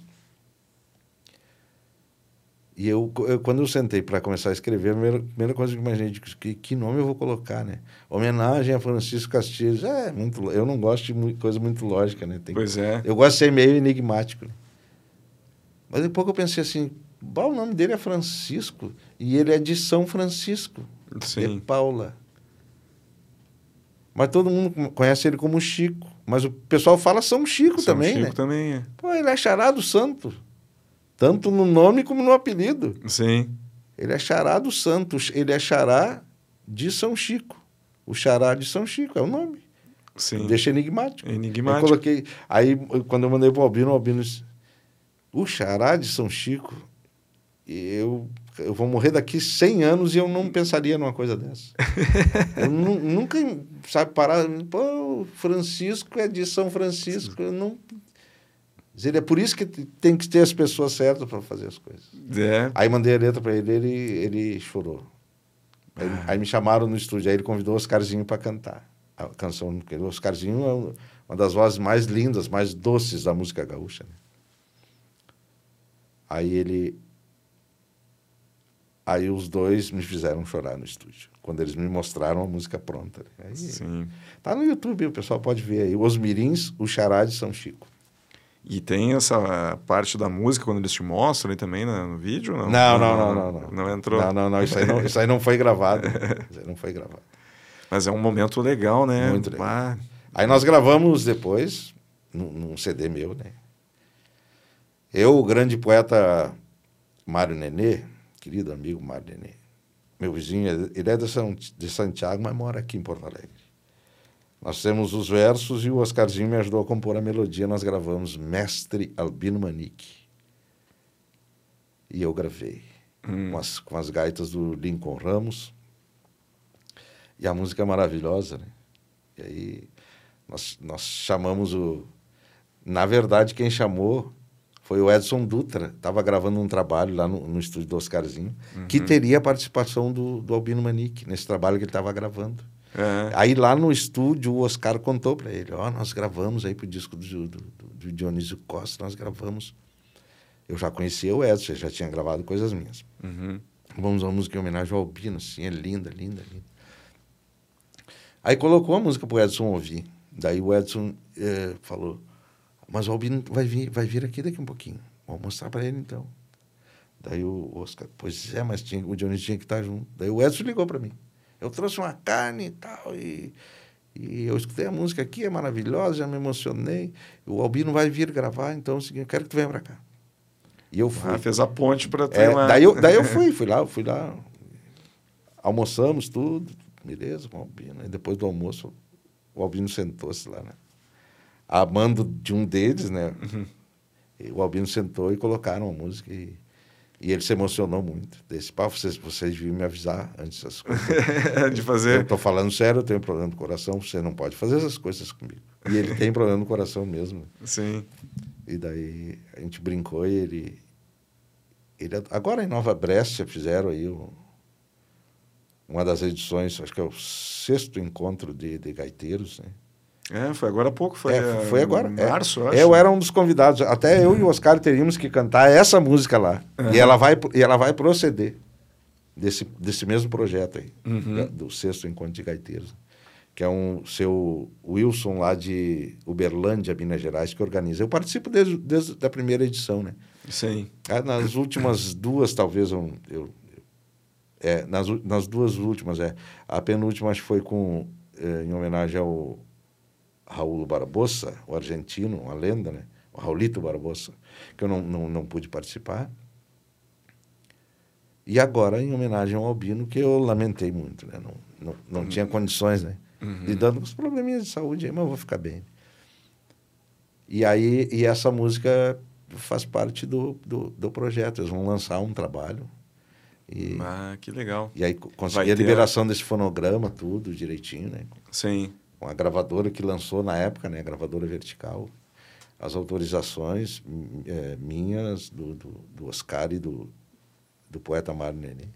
E eu, eu quando eu sentei para começar a escrever, a primeira, primeira coisa que eu imaginei, que, que nome eu vou colocar, né? Homenagem a Francisco Castilhos. É, muito, eu não gosto de muito, coisa muito lógica, né? Tem, pois é. Eu gosto de ser meio enigmático, né? Mas depois eu pensei assim, o nome dele é Francisco, e ele é de São Francisco, Sim. de Paula. Mas todo mundo conhece ele como Chico. Mas o pessoal fala São Chico São também, Chico né? também, é. Pô, ele é xará do santo. Tanto no nome como no apelido. Sim. Ele é xará do santo. Ele é xará de São Chico. O xará de São Chico é o nome. Sim. Deixa enigmático. Enigmático. Eu coloquei... Aí, quando eu mandei para o Albino, o Albino disse, o xará de São Chico, eu... eu vou morrer daqui cem anos e eu não pensaria numa coisa dessa. Eu nu, nunca, sabe, parar... Pô, Francisco é de São Francisco. Eu não... É por isso que tem que ter as pessoas certas para fazer as coisas. É. Aí mandei a letra para ele, ele ele chorou. Aí, ah. aí me chamaram no estúdio, aí ele convidou o Oscarzinho para cantar a canção. O Oscarzinho é uma das vozes mais lindas, mais doces da música gaúcha, né? Aí ele... Aí os dois me fizeram chorar no estúdio, quando eles me mostraram a música pronta. Aí, sim. Tá no YouTube, o pessoal pode ver aí. Os Mirins, o Xará de São Chico. E tem essa parte da música, quando eles te mostram aí também no, no vídeo? Não? Não, não, não, não, não. Não entrou? Não, não, não. Isso aí não, isso aí não foi gravado. Isso aí não foi gravado. Mas é um momento legal, né? Muito legal. Ah. Aí nós gravamos depois, num, num C D meu, né? Eu, o grande poeta Mário Nenê, querido amigo Mário Nenê, meu vizinho, ele é de, São, de Santiago, mas mora aqui em Porto Alegre. Nós temos os versos e o Oscarzinho me ajudou a compor a melodia. Nós gravamos Mestre Albino Manique. E eu gravei hum. com, as, com as gaitas do Lincoln Ramos. E a música é maravilhosa, né? E aí nós, nós chamamos o... Na verdade, quem chamou foi o Edson Dutra. Estava gravando um trabalho lá no, no estúdio do Oscarzinho, uhum. que teria a participação do, do Albino Manique, nesse trabalho que ele estava gravando. É. Aí lá no estúdio o Oscar contou para ele, ó, oh, nós gravamos aí pro disco do, do, do Dionísio Costa, nós gravamos. Eu já conhecia o Edson, já tinha gravado coisas minhas. Uhum. Vamos a uma música em homenagem ao Albino, assim, é linda, linda, linda. Aí colocou a música pro Edson ouvir. Daí o Edson eh, falou, mas o Albino vai vir, vai vir aqui daqui um pouquinho, vou mostrar para ele então. Daí o Oscar, pois é, mas tinha, o Dionísio tinha que estar junto. Daí o Edson ligou para mim. Eu trouxe uma carne e tal, e, e eu escutei a música aqui, é maravilhosa, já me emocionei. O Albino vai vir gravar, então é o seguinte, eu quero que tu venha para cá. E eu fui. Ah, fez a ponte para tu é, lá. Daí eu, daí eu fui, fui lá, fui lá, almoçamos tudo, beleza, com o Albino. E depois do almoço, o Albino sentou-se lá, né? A mando de um deles, né? Uhum. E o Albino sentou e colocaram a música e... E ele se emocionou muito. Desse pau, vocês, vocês deviam me avisar antes dessas coisas. de fazer. Eu estou falando sério, eu tenho problema no coração, você não pode fazer essas coisas comigo. E ele tem problema no coração mesmo. Sim. E daí a gente brincou e ele... ele agora em Nova Brécia fizeram aí o, uma das edições, acho que é o sexto encontro de, de gaiteiros, né? É, foi agora há pouco, foi, é, foi agora. Em março, é, acho. Eu era um dos convidados. Até eu e o Oscar teríamos que cantar essa música lá. Uhum. E, ela vai, e ela vai proceder desse, desse mesmo projeto aí, uhum. do sexto encontro de gaiteiros. que é um seu Wilson lá de Uberlândia, Minas Gerais, que organiza. Eu participo desde, desde a primeira edição, né? Sim. Nas últimas duas, talvez, eu... eu é, nas, nas duas últimas, é. A penúltima, acho que foi com, é, em homenagem ao Raul Barbosa, o argentino, uma lenda, né? O Raulito Barbosa, que eu não, não, não pude participar. E agora, em homenagem ao Albino, que eu lamentei muito, né? Não, não, não uhum. tinha condições, né? Uhum. Lidando com os probleminhas de saúde aí, mas eu vou ficar bem. E aí, e essa música faz parte do, do, do projeto. Eles vão lançar um trabalho. E, ah, que legal. E aí consegui a liberação a... desse fonograma, tudo direitinho, né? Sim. Com a gravadora que lançou na época, né? A gravadora Vertical. As autorizações é, minhas, do, do, do Oscar e do, do poeta Mário Nenê.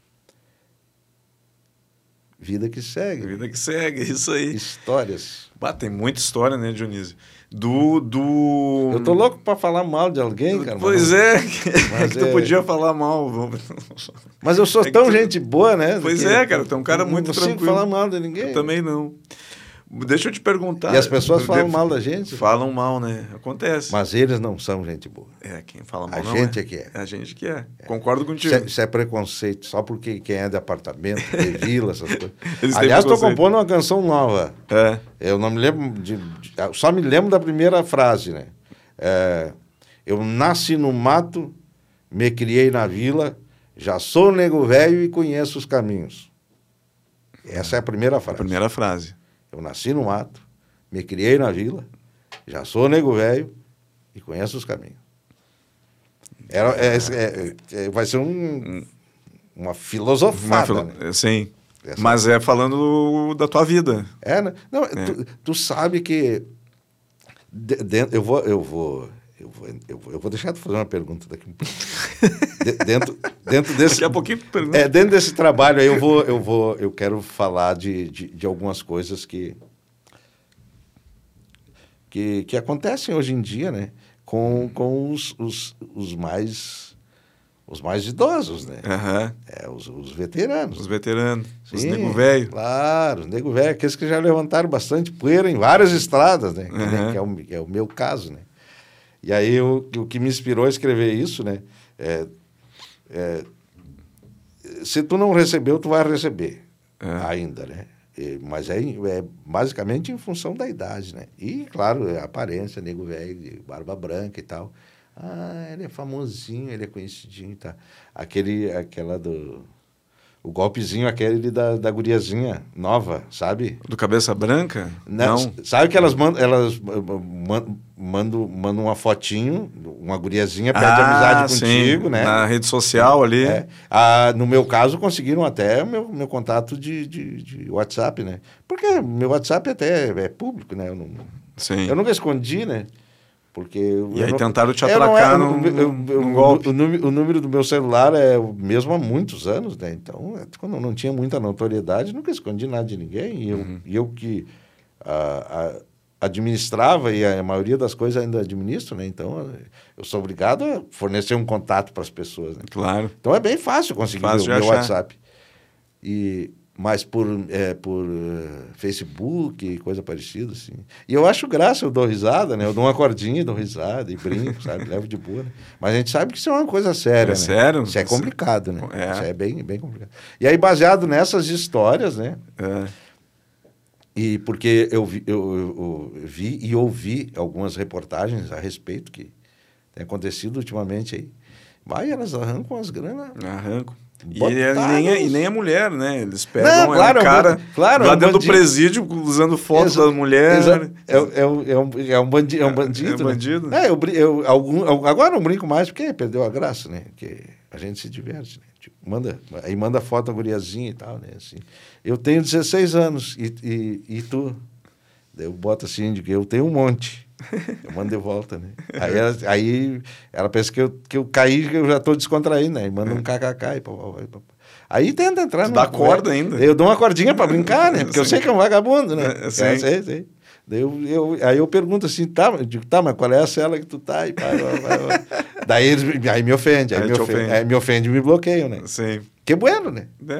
Vida que segue. Vida que segue, isso aí. Histórias. Bah, tem muita história, né, Dionísio? Do, do... Eu tô louco pra falar mal de alguém, cara. Pois não... é, é que tu é... podia falar mal. Mas eu sou é tão tu... gente boa, né? Pois é, cara, tu é um cara muito tranquilo. Não consigo falar mal de ninguém. Eu também não. Deixa eu te perguntar. E as pessoas falam mal da gente? Falam mal, né? Acontece. Mas eles não são gente boa. É, quem fala mal a não gente é. é que é. É a gente que é. é. Concordo contigo. Isso é, isso é preconceito, só porque quem é de apartamento, de vila, essas coisas. Aliás, estou compondo uma canção nova. É. Eu não me lembro, de, de, só me lembro da primeira frase, né? É, eu nasci no mato, me criei na vila, já sou nego velho e conheço os caminhos. Essa é a primeira frase. A primeira frase. Eu nasci no mato, me criei na vila, já sou nego velho e conheço os caminhos. É, é, é, é, vai ser um, uma filosofada. Uma filo... né? Sim, Essa mas é falando da tua vida. É, né? Não, é. Tu, tu sabe que... De, de, eu, vou, eu, vou, eu, vou, eu, vou, eu vou deixar tu fazer uma pergunta daqui um pouco. De, dentro, dentro desse, daqui a pouquinho tu pergunta. É, dentro desse trabalho aí eu, vou, eu, vou, eu quero falar de, de, de algumas coisas que... Que, que acontecem hoje em dia, né? Com, com os, os, os, mais, os mais idosos, né? Uhum. É, os, os veteranos. Os veteranos, Sim, os nego velho. Claro, os nego velho, aqueles que já levantaram bastante poeira em várias estradas, né? Uhum. Que, que, é o, que é o meu caso, né? E aí o, o que me inspirou a escrever isso, né? É, é, se tu não recebeu, tu vai receber uhum. ainda, né? Mas é, é basicamente em função da idade, né? E, claro, a aparência, nego velho, de barba branca e tal. Ah, ele é famosinho, ele é conhecidinho e tá. Aquele, aquela do... O golpezinho aquele da, da guriazinha nova, sabe? Do cabeça branca? Não. não. Sabe que elas mandam elas mandam, mandam, mandam uma fotinho, uma guriazinha pede ah, amizade contigo, sim. né? Na rede social ali. É. Ah, no meu caso, conseguiram até meu, meu contato de, de, de WhatsApp, né? Porque meu WhatsApp até é público, né? Eu, não, sim. eu nunca escondi, né? Porque e aí não, tentaram te atracar no, no, eu, no, eu, no golpe. O, o, número, o número do meu celular é o mesmo há muitos anos, né? Então, quando eu não tinha muita notoriedade, nunca escondi nada de ninguém. E eu, uhum. e eu que a, a, administrava, e a maioria das coisas ainda administro, né? Então, eu sou obrigado a fornecer um contato para as pessoas, né? Claro. Então, é bem fácil conseguir fácil o meu WhatsApp. E... mas por, é, por uh, Facebook e coisa parecida, assim. E eu acho graça, eu dou risada, né? Eu dou uma cordinha, dou risada e brinco, sabe? Levo de boa, né? Mas a gente sabe que isso é uma coisa séria, é né? sério? Isso é complicado, né? É. Isso é bem, bem complicado. E aí, baseado nessas histórias, né? É. E porque eu vi, eu, eu vi e ouvi algumas reportagens a respeito que tem acontecido ultimamente aí. Vai, elas arrancam as granas. Arrancam. E, e, nem é, e nem a mulher, né? Eles pegam não, claro, um cara claro, lá é um dentro bandido. do presídio usando fotos Exa, da mulher. Exa, é, é, é, um, é um bandido. É um bandido. É um bandido. Né? É, eu, eu, algum, agora não brinco mais porque perdeu a graça, né? Porque a gente se diverte, né? Tipo, manda, aí manda foto da guriazinha e tal, né? Assim, eu tenho dezesseis anos e, e, e tu? Eu boto assim, de que eu tenho um monte. Eu mando de volta, né? Aí ela, aí ela pensa que eu, que eu caí, que eu já estou descontraído, né? E manda um kkk e pá, pá, pá, pá. Aí tenta entrar... Tu dá corda ainda. Eu dou uma cordinha para brincar, né? Porque eu sei que é um vagabundo, né? É, sim. É, sei, sei. Daí eu, eu, aí eu pergunto assim, tá, eu digo, tá, mas qual é a cela que tu tá? E pá, pá, pá, pá. Daí eles, aí me ofende, aí, aí me, ofende, ofende. aí me ofende e me bloqueiam, né? Sim. Que bueno, né? É.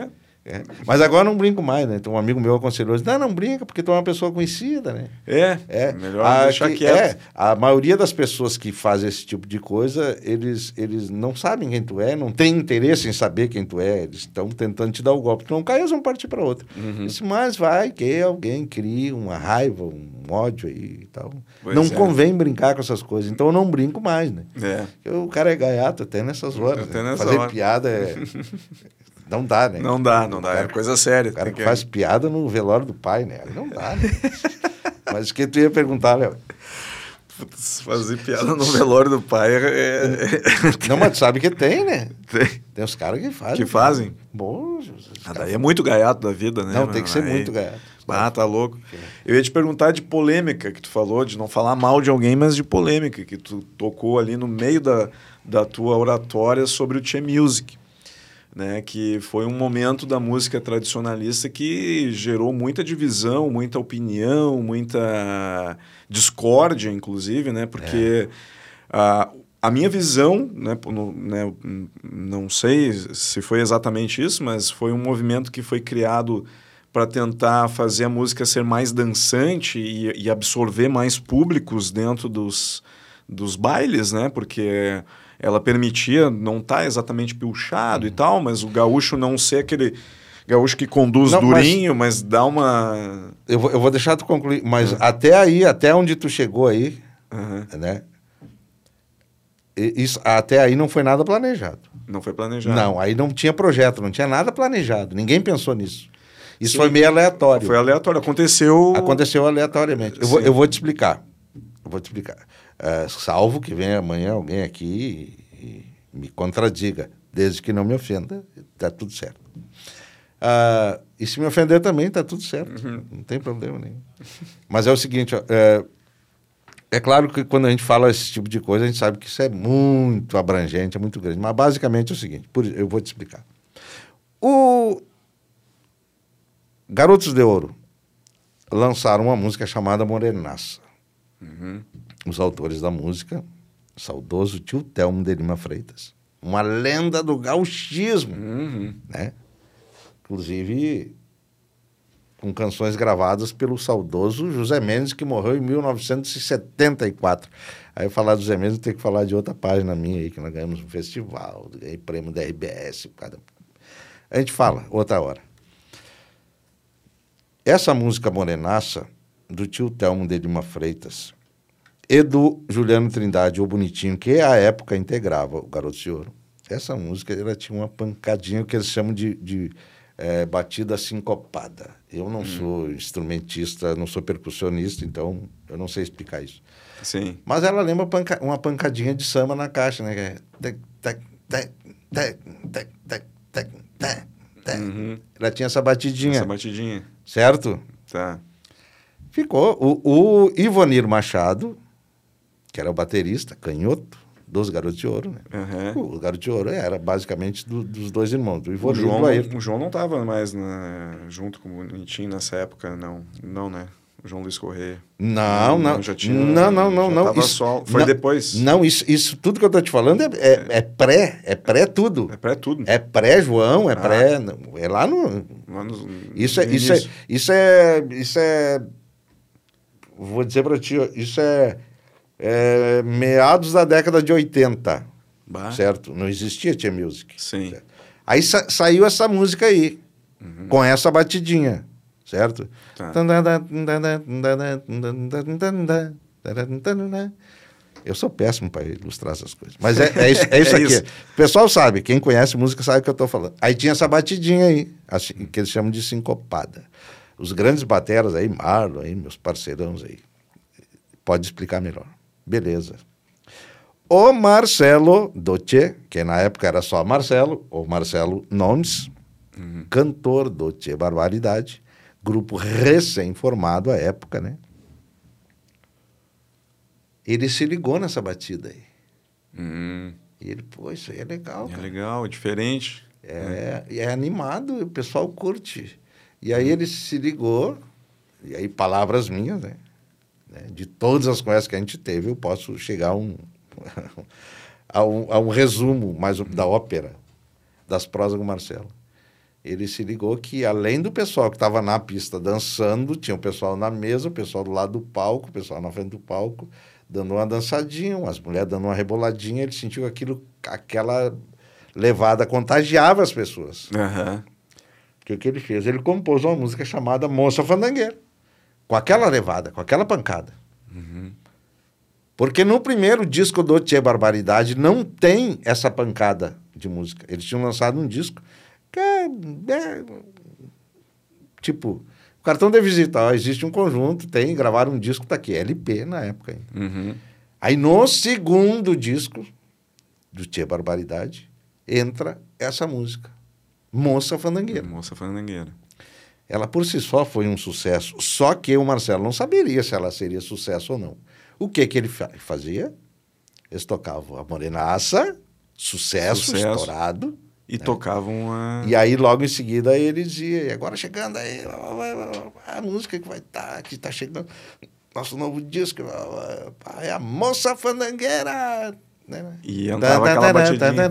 É. Mas agora não brinco mais, né? Então um amigo meu aconselhou, disse, não, não brinca, porque tu é uma pessoa conhecida, né? É, é. melhor a, deixar que, quieto. É, a maioria das pessoas que fazem esse tipo de coisa, eles, eles não sabem quem tu é, não têm interesse em saber quem tu é, eles estão tentando te dar o golpe. Tu não cai, eles vão partir para outra. Uhum. Disse, mas vai que alguém cria uma raiva, um ódio aí e tal. Pois não é. convém brincar com essas coisas, então eu não brinco mais, né? É. Porque o cara é gaiato até nessas horas. Até né? nessa Fazer hora. piada é... Não dá, né? Não dá, não dá. Cara, é coisa séria. O cara que que... faz piada no velório do pai, né? Aí não dá, né? Mas o que tu ia perguntar, Léo? Putz, fazer piada no velório do pai é... Não, mas tu sabe que tem, né? Tem. Tem os caras que fazem. Que fazem? Bom, Ah, daí é muito gaiato da vida, né? Não, tem que ser Aí... muito gaiato. Ah, tá louco. Eu ia te perguntar de polêmica que tu falou, de não falar mal de alguém, mas de polêmica, que tu tocou ali no meio da, da tua oratória sobre o Tchê Music. Né, que foi um momento da música tradicionalista que gerou muita divisão, muita opinião, muita discórdia, inclusive, né, porque é. a, a minha visão, né, no, né, não sei se foi exatamente isso, mas foi um movimento que foi criado para tentar fazer a música ser mais dançante e, e absorver mais públicos dentro dos, dos bailes, né, porque... ela permitia, não tá exatamente pilchado uhum. e tal, mas o gaúcho não ser aquele gaúcho que conduz não, durinho, mas, mas dá uma... Eu vou, eu vou deixar tu concluir, mas uhum. até aí, até onde tu chegou aí, uhum. né? Isso, até aí não foi nada planejado. Não foi planejado. Não, aí não tinha projeto, não tinha nada planejado, ninguém pensou nisso. Isso Sim. foi meio aleatório. Foi aleatório, aconteceu... Aconteceu aleatoriamente. Eu vou, eu vou te explicar, eu vou te explicar. Uh, salvo que venha amanhã alguém aqui e, e me contradiga, desde que não me ofenda, está tudo certo. Uh, e se me ofender também, está tudo certo, uhum. não tem problema nenhum. Mas é o seguinte, ó, é, é claro que quando a gente fala esse tipo de coisa, a gente sabe que isso é muito abrangente, é muito grande, mas basicamente é o seguinte, por, eu vou te explicar. O Garotos de Ouro lançaram uma música chamada Morenaça. Uhum. Os autores da música, o saudoso tio Telmo de Lima Freitas, uma lenda do gauchismo, uhum. né? Inclusive com canções gravadas pelo saudoso José Mendes, que morreu em mil novecentos e setenta e quatro. Aí eu falar do José Mendes, tem que falar de outra página minha aí, que nós ganhamos um festival, ganhei prêmio da R B S. Cada... A gente fala outra hora. Essa música Morenaça, do tio Telmo de Lima Freitas, e do Juliano Trindade, o Bonitinho, que à época integrava o Garotos de Ouro. Essa música, ela tinha uma pancadinha que eles chamam de, de é, batida sincopada. Eu não hum. sou instrumentista, não sou percussionista, então eu não sei explicar isso. Sim. Mas ela lembra panca, uma pancadinha de samba na caixa, né? Que é... Tec, tec, tec, tec, tec, tec, tec, tec, tec. Uhum. Ela tinha essa batidinha. Essa batidinha. Certo? Tá. Ficou. O, o Ivonir Machado, que era o baterista, canhoto, dos Garotos de Ouro, né? Uhum. O Garoto de Ouro era basicamente do, dos dois irmãos, do Ivonir o João, e do Ayrton. O João não estava mais na, junto com o Bonitinho nessa época, não. Não, né? O João Luiz Correia. Não, não. Já tinha, não, não, não. Já não tava isso, só, foi não, depois? Não, isso, isso tudo que eu tô te falando é, é, é pré, é pré tudo. É pré tudo. É pré João, é ah. pré... Não, é lá no... Lá no isso, é, no isso, é, isso é... Isso é... Vou dizer pra ti, isso é... É, meados da década de oitenta, bah. Certo? Não existia Tchê Music. Sim. Certo? Aí sa- saiu essa música aí, uhum. com essa batidinha, certo? Tá. Eu sou péssimo para ilustrar essas coisas, mas é, é isso, é isso é aqui. Isso. O pessoal sabe, quem conhece música sabe o que eu estou falando. Aí tinha essa batidinha aí, assim, que eles chamam de sincopada. Os grandes bateras aí, Marlon, aí, meus parceirãos aí, pode explicar melhor. Beleza. O Marcelo do Tchê, que na época era só Marcelo, ou Marcelo Nones, uhum. cantor do Tchê Barbaridade, grupo recém-formado à época, né? Ele se ligou nessa batida aí. Uhum. E ele, pô, isso aí é legal, cara. É legal, é diferente. É, é. é animado, o pessoal curte. E aí uhum. ele se ligou, e aí palavras minhas, né? De todas as conversas que a gente teve, eu posso chegar a um, a um, a um resumo mais da ópera, das prosas com o Marcelo. ele se ligou que, além do pessoal que estava na pista dançando, tinha o pessoal na mesa, o pessoal do lado do palco, o pessoal na frente do palco, dando uma dançadinha, as mulheres dando uma reboladinha. Ele sentiu que aquilo, aquela levada contagiava as pessoas. Aham. Que o que ele fez? Ele compôs uma música chamada Moça Fandangueira, com aquela levada, com aquela pancada. Uhum. Porque no primeiro disco do Tchê Barbaridade não tem essa pancada de música. Eles tinham lançado um disco que é, é tipo, o cartão de visita, ó, existe um conjunto, tem, gravaram um disco, tá aqui, L P na época ainda. Uhum. Aí no segundo disco do Tchê Barbaridade entra essa música, Moça Fandangueira. Moça Fandangueira. Ela por si só foi um sucesso, só que o Marcelo não saberia se ela seria sucesso ou não. O que que ele fa- fazia? Eles tocavam a Morenaça, sucesso, Sucesso. estourado, E tocavam a... e aí logo em seguida ele dizia, e agora chegando aí, a música que vai estar, que está chegando, nosso novo disco, é a Moça Fandangueira, né? E entrava aquela batidinha.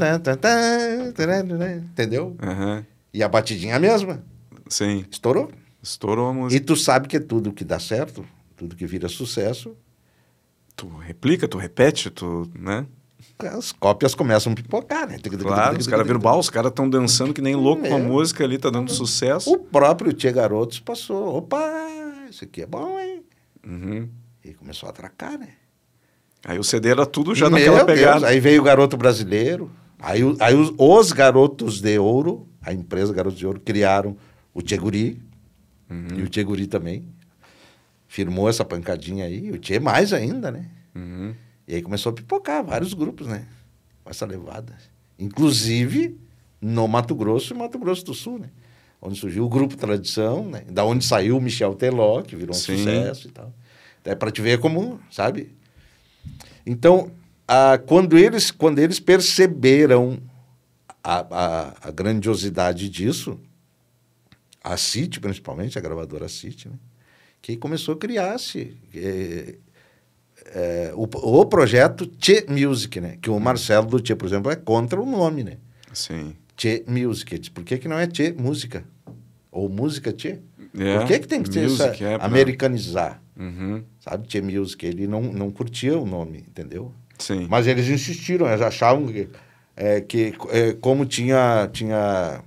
Entendeu? Aham. E a batidinha é a mesma, Sim. estourou. Estourou a E música. tu sabe que tudo que dá certo, tudo que vira sucesso, Tu replica, tu repete, tu, né? as cópias começam a pipocar, né? Claro, os caras viram, bah, os caras estão dançando que nem louco com a É. música ali, tá dando sucesso. O próprio Tchê Garotos passou, opa, isso aqui é bom, hein? Uhum. E começou a atracar, né? Aí o C D era tudo já Meu naquela Deus, pegada. aí veio o Garoto Brasileiro, aí, o- aí os, os Garotos de Ouro, a empresa Garotos de Ouro, criaram o Tchê Guri, e o Tchê Guri também firmou essa pancadinha aí, o Tchê mais ainda, né? Uhum. E aí começou a pipocar vários grupos, né? Com essa levada. Inclusive no Mato Grosso e Mato Grosso do Sul, né? Onde surgiu o Grupo Tradição, né? Da onde saiu o Michel Teló, que virou um Sim. sucesso e tal. É para te ver como, sabe? Então, a, quando, eles, quando eles perceberam a, a, a grandiosidade disso, a City, principalmente, a gravadora City, né? Que começou a criar-se é, é, o, o projeto Tchê Music, né? Que o Marcelo do Tchê, por exemplo, é contra o nome, né? Sim. Tchê Music. Ele diz, por que, que não é Tchê Música? Ou Música Tchê? É, Por que, que tem que ter essa, music, é, pra- americanizar? Uhum. Sabe? Tchê Music. Ele não, não curtia o nome, entendeu? Sim. Mas eles insistiram, eles achavam que, é, que é, como tinha, tinha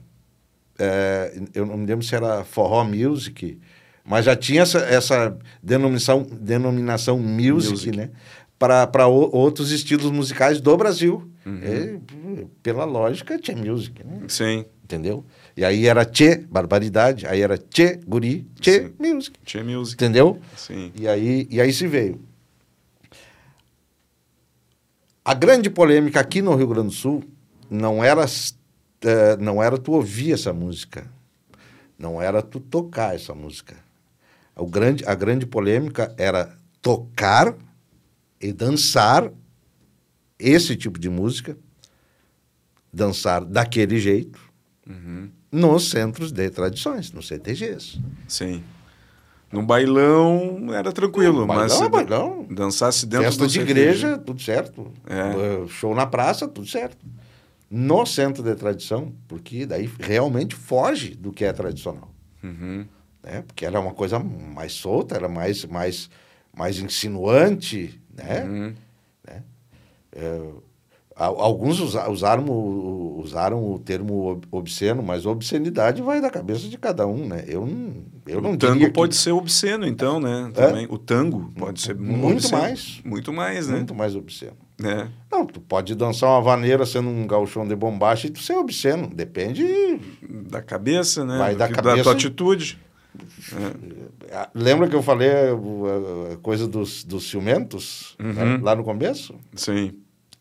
é, eu não me lembro se era forró music, mas já tinha essa, essa denominação, denominação music, Music. né? Para outros estilos musicais do Brasil. Uhum. É, pela lógica, tinha music, né? Sim. Entendeu? E aí era Tchê, barbaridade, aí era Tchê, guri, Tchê, Sim. music. Tchê Music. Entendeu? Sim. E aí, e aí se veio. A grande polêmica aqui no Rio Grande do Sul não era, eh, não era tu ouvir essa música, não era tu tocar essa música. O grande, a grande polêmica era tocar e dançar esse tipo de música, dançar daquele jeito, Uhum. nos centros de tradições, nos C T Gs. Sim. No bailão era tranquilo, Bailão mas é se bailão. dançasse dentro Festa do de C T G. igreja, tudo certo. É. Uh, Show na praça, tudo certo. No centro de tradição, porque daí realmente foge do que é tradicional. Uhum. Né? Porque ela é uma coisa mais solta, ela é mais, mais, mais insinuante, né? Uhum. É, a- alguns usa- usaram, o- usaram o termo ob- obsceno, mas obscenidade vai da cabeça de cada um, né? Eu não, eu não O tango diria que- pode ser obsceno, então, né? Também. O tango pode ser Muito obsceno. mais. Muito mais, né? muito mais obsceno. É. Não, tu pode dançar uma vaneira sendo um gauchão de bombacha e tu ser obsceno. Depende. Da cabeça, né? Vai Do da que- cabeça. tua atitude. Ah, lembra que eu falei a, a coisa dos, dos ciumentos Uhum. né, lá no começo? Sim.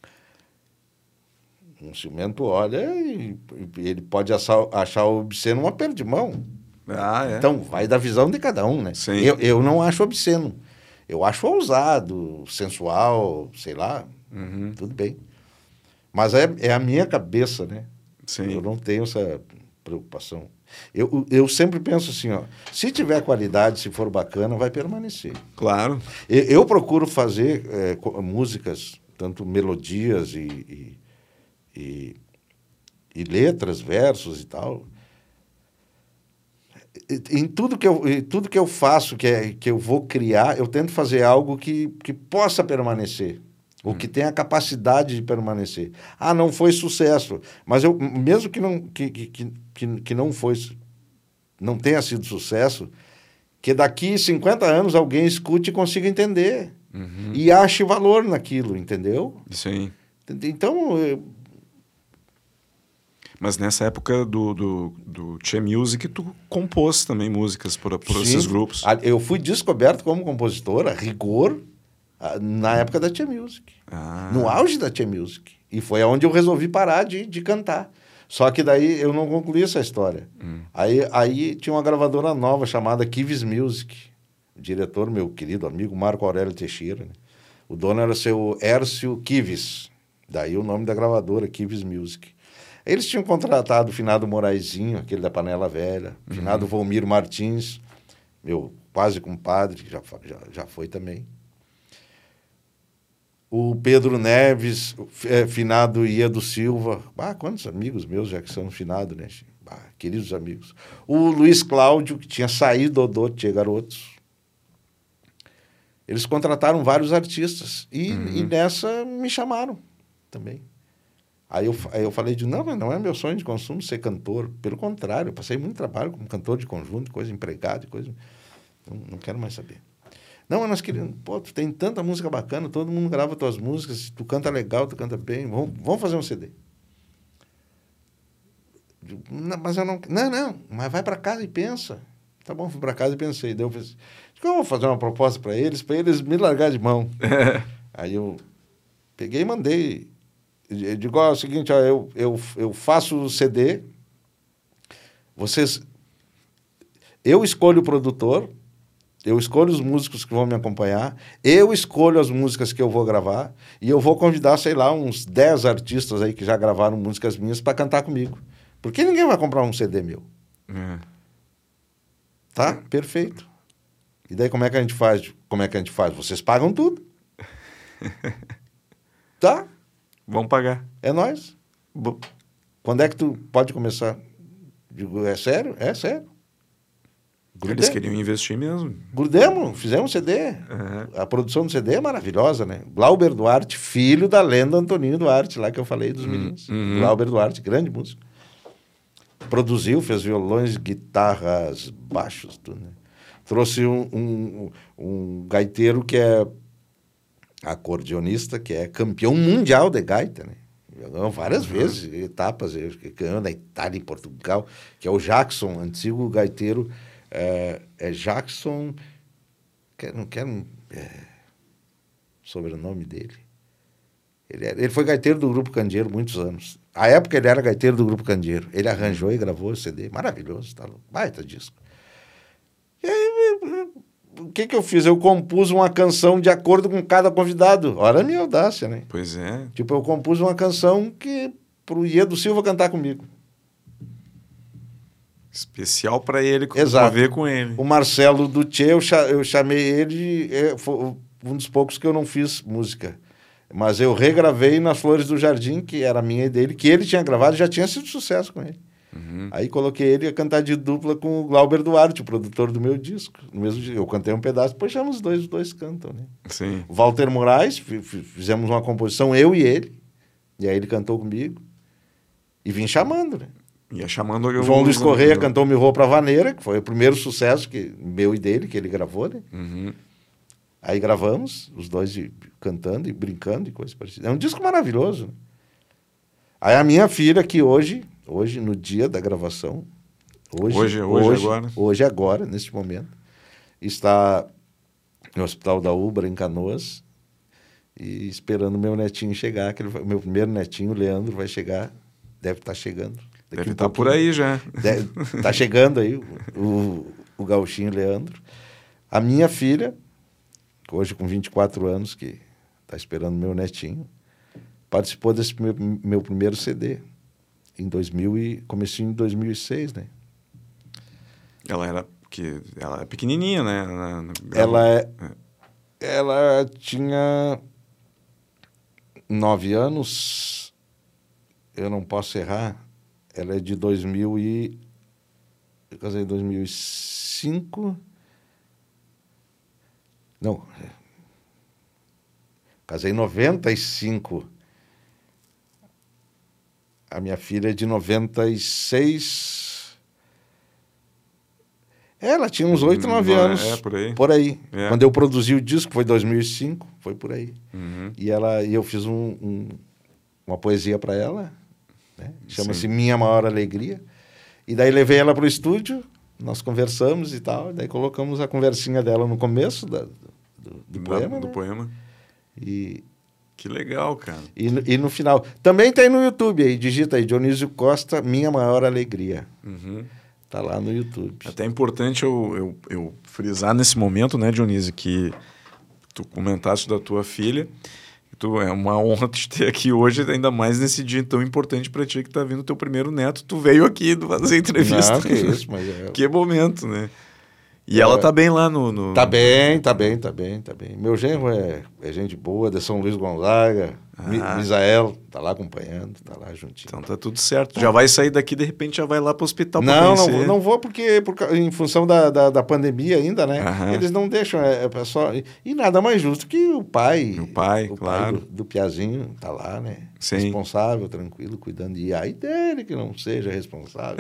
Um ciumento olha e, e ele pode achar, achar o obsceno uma perda de mão. Ah, é. Então, vai da visão de cada um, né? Sim. Eu, eu não acho obsceno. Eu acho ousado, sensual, sei lá, Uhum. tudo bem. Mas é, é a minha cabeça, né? Sim. Eu não tenho essa preocupação. Eu, eu sempre penso assim, ó, se tiver qualidade, se for bacana, vai permanecer. Claro. Eu, eu procuro fazer é, co- músicas, tanto melodias e, e, e, e letras, versos e tal, em tudo que eu, em tudo que eu faço, que, é, que eu vou criar, eu tento fazer algo que, que possa permanecer. Ou que tenha a capacidade de permanecer. Ah, não foi sucesso. Mas eu, mesmo que não, que, que, que, que não, foi, não tenha sido sucesso, que daqui cinquenta anos alguém escute e consiga entender. Uhum. E ache valor naquilo, entendeu? Sim. Então... Eu... Mas nessa época do, do, do Tchê Music, tu compôs também músicas por, por esses grupos. Eu fui descoberto como compositor, a rigor, na época da Tchê Music. Ah. No auge da Tchê Music. E foi onde eu resolvi parar de, de cantar. Só que daí eu não concluí essa história. Hum. Aí, aí tinha uma gravadora nova chamada Kives Music. O diretor, meu querido amigo Marco Aurélio Teixeira. Né? O dono era o seu Hércio Kives. Daí o nome da gravadora, Kives Music. Eles tinham contratado o finado Moraizinho, aquele da Panela Velha. O finado uhum. Volmir Martins, meu quase compadre, que já, já, já foi também. O Pedro Neves, o é, finado Iedo Silva. Ah, quantos amigos meus já que são finados, né? Ah, queridos amigos. O Luiz Cláudio, que tinha saído do Tchê Garotos. Eles contrataram vários artistas. E, uhum. e nessa me chamaram também. Aí eu, aí eu falei de, não, mas não é meu sonho de consumo ser cantor. Pelo contrário, eu passei muito trabalho como cantor de conjunto, coisa empregado, coisa... Não, não quero mais saber. Não, mas nós queríamos... Pô, tu tem tanta música bacana, todo mundo grava tuas músicas, tu canta legal, tu canta bem, vamos, vamos fazer um C D. Não, mas eu não... Não, não, mas vai para casa e pensa. Tá bom, fui para casa e pensei. Daí eu pensei, eu vou fazer uma proposta para eles, para eles me largar de mão. Aí eu peguei e mandei... Eu digo, ó, é o seguinte, ó, eu, eu, eu faço o C D, vocês... Eu escolho o produtor, eu escolho os músicos que vão me acompanhar, eu escolho as músicas que eu vou gravar, e eu vou convidar, sei lá, uns dez artistas aí que já gravaram músicas minhas para cantar comigo. Porque ninguém vai comprar um C D meu. É. Tá? Perfeito. E daí como é que a gente faz? Como é que a gente faz? Vocês pagam tudo. Tá? Vamos pagar. É nóis. Bo- Quando é que tu pode começar? Digo, é sério? É sério. Grudemos. Eles queriam investir mesmo. Grudemos, fizemos um C D. Uhum. A produção do C D é maravilhosa, né? Glauber Duarte, filho da lenda Antoninho Duarte, lá que eu falei dos uhum. meninos. Uhum. Glauber Duarte, grande músico. Produziu, fez violões, guitarras, baixos, tudo, né? Trouxe um, um, um gaiteiro que é acordeonista, que é campeão mundial de gaita, né? Ganhou várias uhum. vezes etapas, ganhou na Itália e Portugal, que é o Jackson, antigo gaiteiro, é, é Jackson, não quero é, sobrenome dele. Ele, é, ele foi gaiteiro do Grupo Candeeiro muitos anos. À época ele era gaiteiro do Grupo Candeeiro. Ele arranjou e gravou o C D, maravilhoso, tá louco, baita disco. E aí, o que que eu fiz? Eu compus uma canção de acordo com cada convidado. Olha a minha audácia, né? Pois é. Tipo, eu compus uma canção que pro Iedo Silva cantar comigo. Especial para ele, Exato. Pra ver com ele. O Marcelo do Tchê, eu, cha- eu chamei ele, é, foi um dos poucos que eu não fiz música. Mas eu regravei nas Flores do Jardim, que era minha e dele, que ele tinha gravado e já tinha sido sucesso com ele. Uhum. Aí coloquei ele a cantar de dupla com o Glauber Duarte, o produtor do meu disco. No mesmo dia, eu cantei um pedaço, depois chamamos os dois, os dois cantam, né? Sim. Walter Moraes, f- f- fizemos uma composição, eu e ele, e aí ele cantou comigo, e vim chamando, né? Ia chamando... Eu... João Luiz Correia eu... cantou Me Roupa Vaneira, que foi o primeiro sucesso que, meu e dele, que ele gravou, né? Uhum. Aí gravamos, os dois de, cantando e brincando e coisa parecida. É um disco maravilhoso. Né? Aí a minha filha, que hoje, hoje no dia da gravação, hoje, hoje, hoje, hoje agora, hoje agora, neste momento, está no Hospital da Ubra, em Canoas, e esperando meu netinho chegar, que ele vai, meu primeiro netinho, o Leandro, vai chegar, deve estar chegando. Deve estar um por aí já. Está chegando aí o, o, o gauchinho Leandro. A minha filha, hoje com vinte e quatro anos, que está esperando meu netinho, participou desse meu, meu primeiro C D, em dois mil e comecinho de dois mil e seis, né? Ela era, que, ela é pequenininha, né? Na, na... Ela, é, é. ela tinha nove anos, eu não posso errar, ela é de dois mil e Eu casei em dois mil e cinco. Não. Casei em noventa e cinco. A minha filha é de noventa e seis. Ela tinha uns oito, nove anos. É, por aí. Por aí. É. Quando eu produzi o disco, foi dois mil e cinco, foi por aí. Uhum. E, ela, e eu fiz um, um, uma poesia para ela, né? Chama-se Sim. Minha Maior Alegria. E daí levei ela para o estúdio, nós conversamos e tal, daí colocamos a conversinha dela no começo da, do, do Da- poema. do né? poema. E, Que legal, cara. e, no- e no final. Também tem no YouTube aí, digita aí, Dionísio Costa, Minha Maior Alegria. Uhum. Tá lá no YouTube. Até é importante eu, eu, eu frisar nesse momento, né, Dionísio, que tu comentaste da tua filha. Tu, é uma honra te ter aqui hoje, ainda mais nesse dia tão importante para ti que tá vindo teu primeiro neto. Tu veio aqui fazer entrevista. Não, que isso, mas é... Que momento, né? E É. ela tá bem lá no... no... Tá bem, tá bem, tá bem, tá bem. Meu genro é, é gente boa, de São Luís Gonzaga. Mi- Ah. Misael tá lá acompanhando, tá lá juntinho. Então tá tudo certo. Já vai sair daqui, de repente já vai lá pro hospital pra Não, não, conhecer. vou- não vou porque por, ca- em função da, da, da pandemia ainda, né? Aham. Eles não deixam, é, é só... E nada mais justo que o pai... O pai, o claro. pai do, do Piazinho tá lá, né? Sim. Responsável, tranquilo, cuidando. E aí dele que não seja responsável.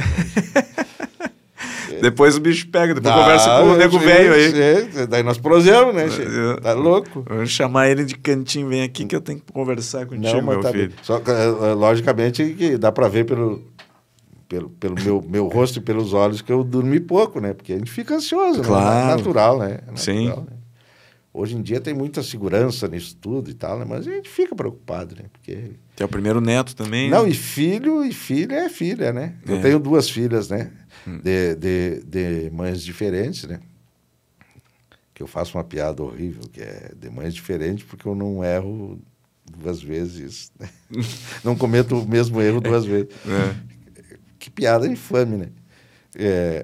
Depois o bicho pega, depois Dá, conversa com o nego eu- velho aí. é, Daí nós prosemos, né? che? Eu- Tá louco? Vamos chamar ele de cantinho, vem aqui que eu tenho que conversar contigo, Não, mas meu tá filho. bem. Só que, eh, logicamente, que dá para ver pelo, pelo, pelo meu, meu rosto e pelos olhos que eu dormi pouco, né? Porque a gente fica ansioso, Claro. né? É natural, né? É natural, Sim. né? Hoje em dia tem muita segurança nisso tudo e tal, né? Mas a gente fica preocupado, né? Porque... Tem o primeiro neto também. Não, né? e filho e filha é filha, né? É. Eu tenho duas filhas, né? Hum. De, de, de mães diferentes, né? Que eu faço uma piada horrível, que é de mães diferentes, porque eu não erro duas vezes, né? Não cometo o mesmo erro duas vezes. É. Que piada infame, né? É...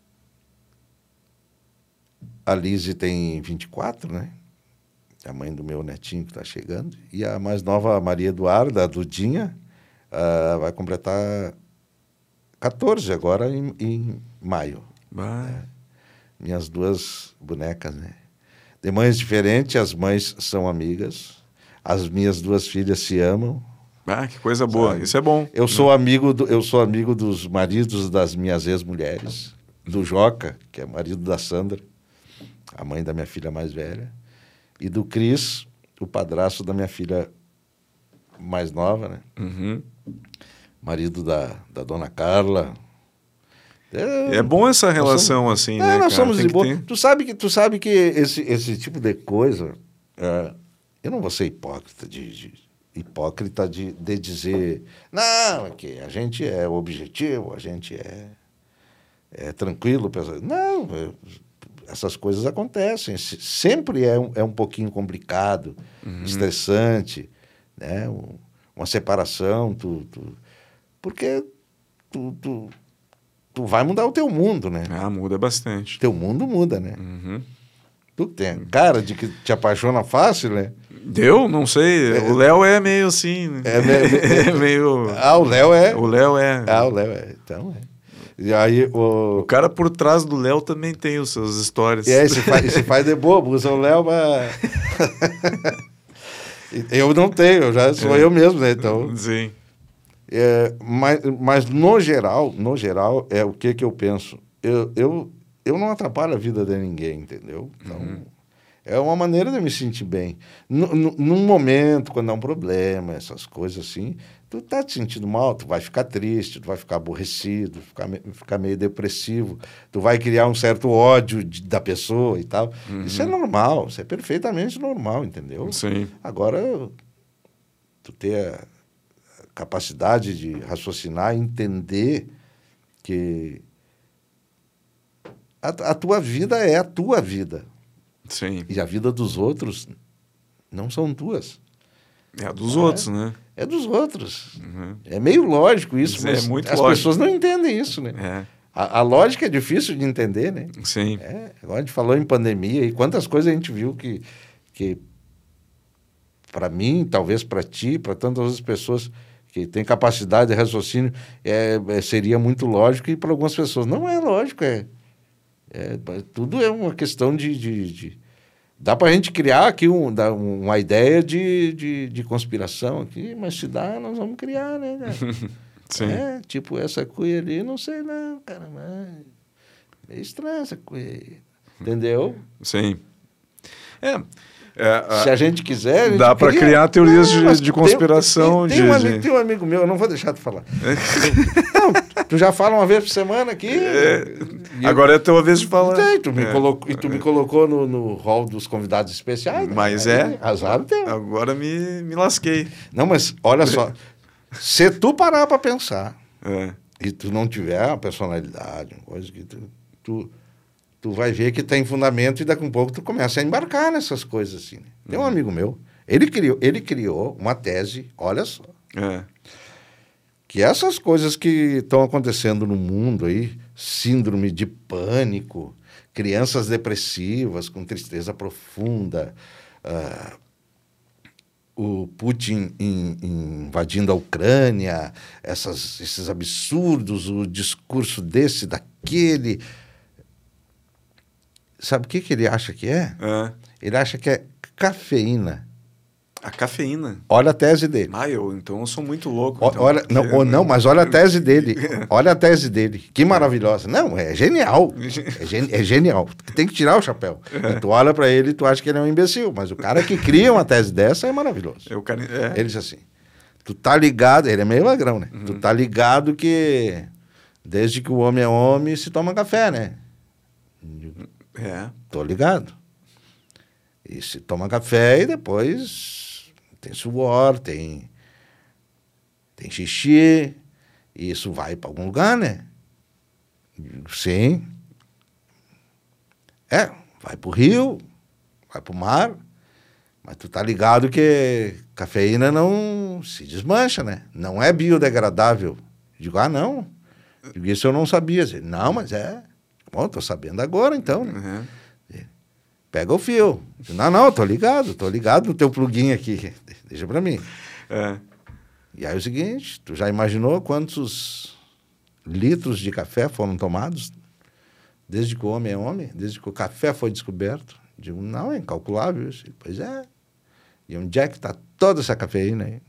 A Lise tem vinte e quatro, né? A mãe do meu netinho que está chegando. E a mais nova, a Maria Eduarda, a Dudinha, ah, vai completar quatorze agora em, em maio. Vai. Minhas duas bonecas, né? De mães diferentes, as mães são amigas. As minhas duas filhas se amam. Ah, que coisa boa. Sabe? Isso é bom. Eu sou amigo do, eu sou amigo dos maridos das minhas ex-mulheres. Do Joca, que é marido da Sandra, a mãe da minha filha mais velha. E do Cris, o padrasto da minha filha mais nova, né? Uhum. Marido da, da dona Carla. É, É bom essa nós relação somos- assim, é, né, nós cara? somos Tem de que boa. ter- Tu sabe que, tu sabe que esse, esse tipo de coisa... é, eu não vou ser hipócrita de, de- hipócrita de, de dizer... Não, é que a gente é objetivo, a gente é, é tranquilo. pensa- Não, é, essas coisas acontecem. Se- Sempre é um, é um pouquinho complicado, Uhum. estressante, né? Um- uma separação, tu, tu- porque tu, tu, tu vai mudar o teu mundo, né? Ah, muda bastante. Teu mundo muda, né? Uhum. Tu tem cara de que te apaixona fácil, né? Deu? Não sei. O Léo é meio assim. né? É me- É meio... Ah, o Léo é. O Léo é... Ah, o Léo é. Então é. E aí O o. cara por trás do Léo também tem as suas histórias. E aí se faz, se faz de bobo, usa o Léo, mas. Eu não tenho, eu já sou É. eu mesmo, né? Então. Sim. É, mas, mas no geral, no geral, é o que que eu penso. Eu, eu, eu não atrapalho a vida de ninguém, entendeu? Então, Uhum. é uma maneira de eu me sentir bem. Nu- nu- Num momento, quando há um problema, essas coisas assim, tu tá te sentindo mal, tu vai ficar triste, tu vai ficar aborrecido, ficar, me- ficar meio depressivo, tu vai criar um certo ódio de- da pessoa e tal. Isso é normal, isso é perfeitamente normal, entendeu? Sim. Agora, tu ter a capacidade de raciocinar, entender que a, a tua vida é a tua vida Sim. e a vida dos outros não são tuas, É a dos É. outros, né? é dos outros. Uhum. É meio lógico isso, Isso é mas muito as lógico. pessoas não entendem isso, né? É. A, a lógica é difícil de entender, né? Sim. É, agora a gente falou em pandemia e quantas coisas a gente viu que, que para mim, talvez para ti, para tantas outras pessoas que tem capacidade de raciocínio, é, é, seria muito lógico, e para algumas pessoas não é lógico, é, é tudo é uma questão de... de, de dá para a gente criar aqui um, uma ideia de, de, de conspiração aqui, mas se dá, nós vamos criar, né, cara? Sim. É, tipo, essa cuia ali, não sei não, cara, mas é estranha essa cuia aí, entendeu? Sim. É... É, se a gente quiser... A gente dá para criar teorias não, de, de conspiração. Tem, tem, tem, de, um amigo, de... tem um amigo meu, eu não vou deixar de falar. Não, tu já fala uma vez por semana aqui. É, agora eu... é a tua vez de falar. Sei, tu me é. colocou, e tu me colocou no, no hall dos convidados especiais. Mas né? é. Azar teu. Agora me, me lasquei. Não, mas olha só. Se tu parar para pensar é. e tu não tiver uma personalidade, uma coisa que tu... tu tu vai ver que tem fundamento e daqui a um pouco tu começa a embarcar nessas coisas assim. Tem um amigo meu, ele criou, ele criou uma tese, olha só, é. que essas coisas que estão acontecendo no mundo aí, síndrome de pânico, crianças depressivas com tristeza profunda, uh, o Putin in, invadindo a Ucrânia, essas, esses absurdos, o discurso desse, daquele... Sabe o que, que ele acha que é? é? Ele acha que é cafeína. A cafeína? Olha a tese dele. Ah, eu, então eu sou muito louco. O, então, olha, não, porque... ou não, mas olha a tese dele. Olha a tese dele. Que maravilhosa. Não, é genial. É, gen, é genial. Tem que tirar o chapéu. E tu olha pra ele e tu acha que ele é um imbecil. Mas o cara que cria uma tese dessa é maravilhoso. Eu, cara, é. Ele diz assim, tu tá ligado... Ele é meio ladrão, né? Uhum. Tu tá ligado que desde que o homem é homem se toma café, né? É. Tô ligado. E se toma café e depois tem suor, tem, tem xixi, e isso vai para algum lugar, né? Sim. É, vai pro rio, vai pro mar, mas tu tá ligado que cafeína não se desmancha, né? Não é biodegradável. Digo, ah, não. Digo, isso eu não sabia. Digo, não, mas é... Bom, tô sabendo agora, então, né? Uhum. Pega o fio. Não, não, tô ligado, tô ligado no teu plugin aqui. Deixa pra mim. É. E aí é o seguinte, tu já imaginou quantos litros de café foram tomados desde que o homem é homem? Desde que o café foi descoberto? Digo, não, é incalculável isso. Pois é. E onde é que tá toda essa cafeína aí?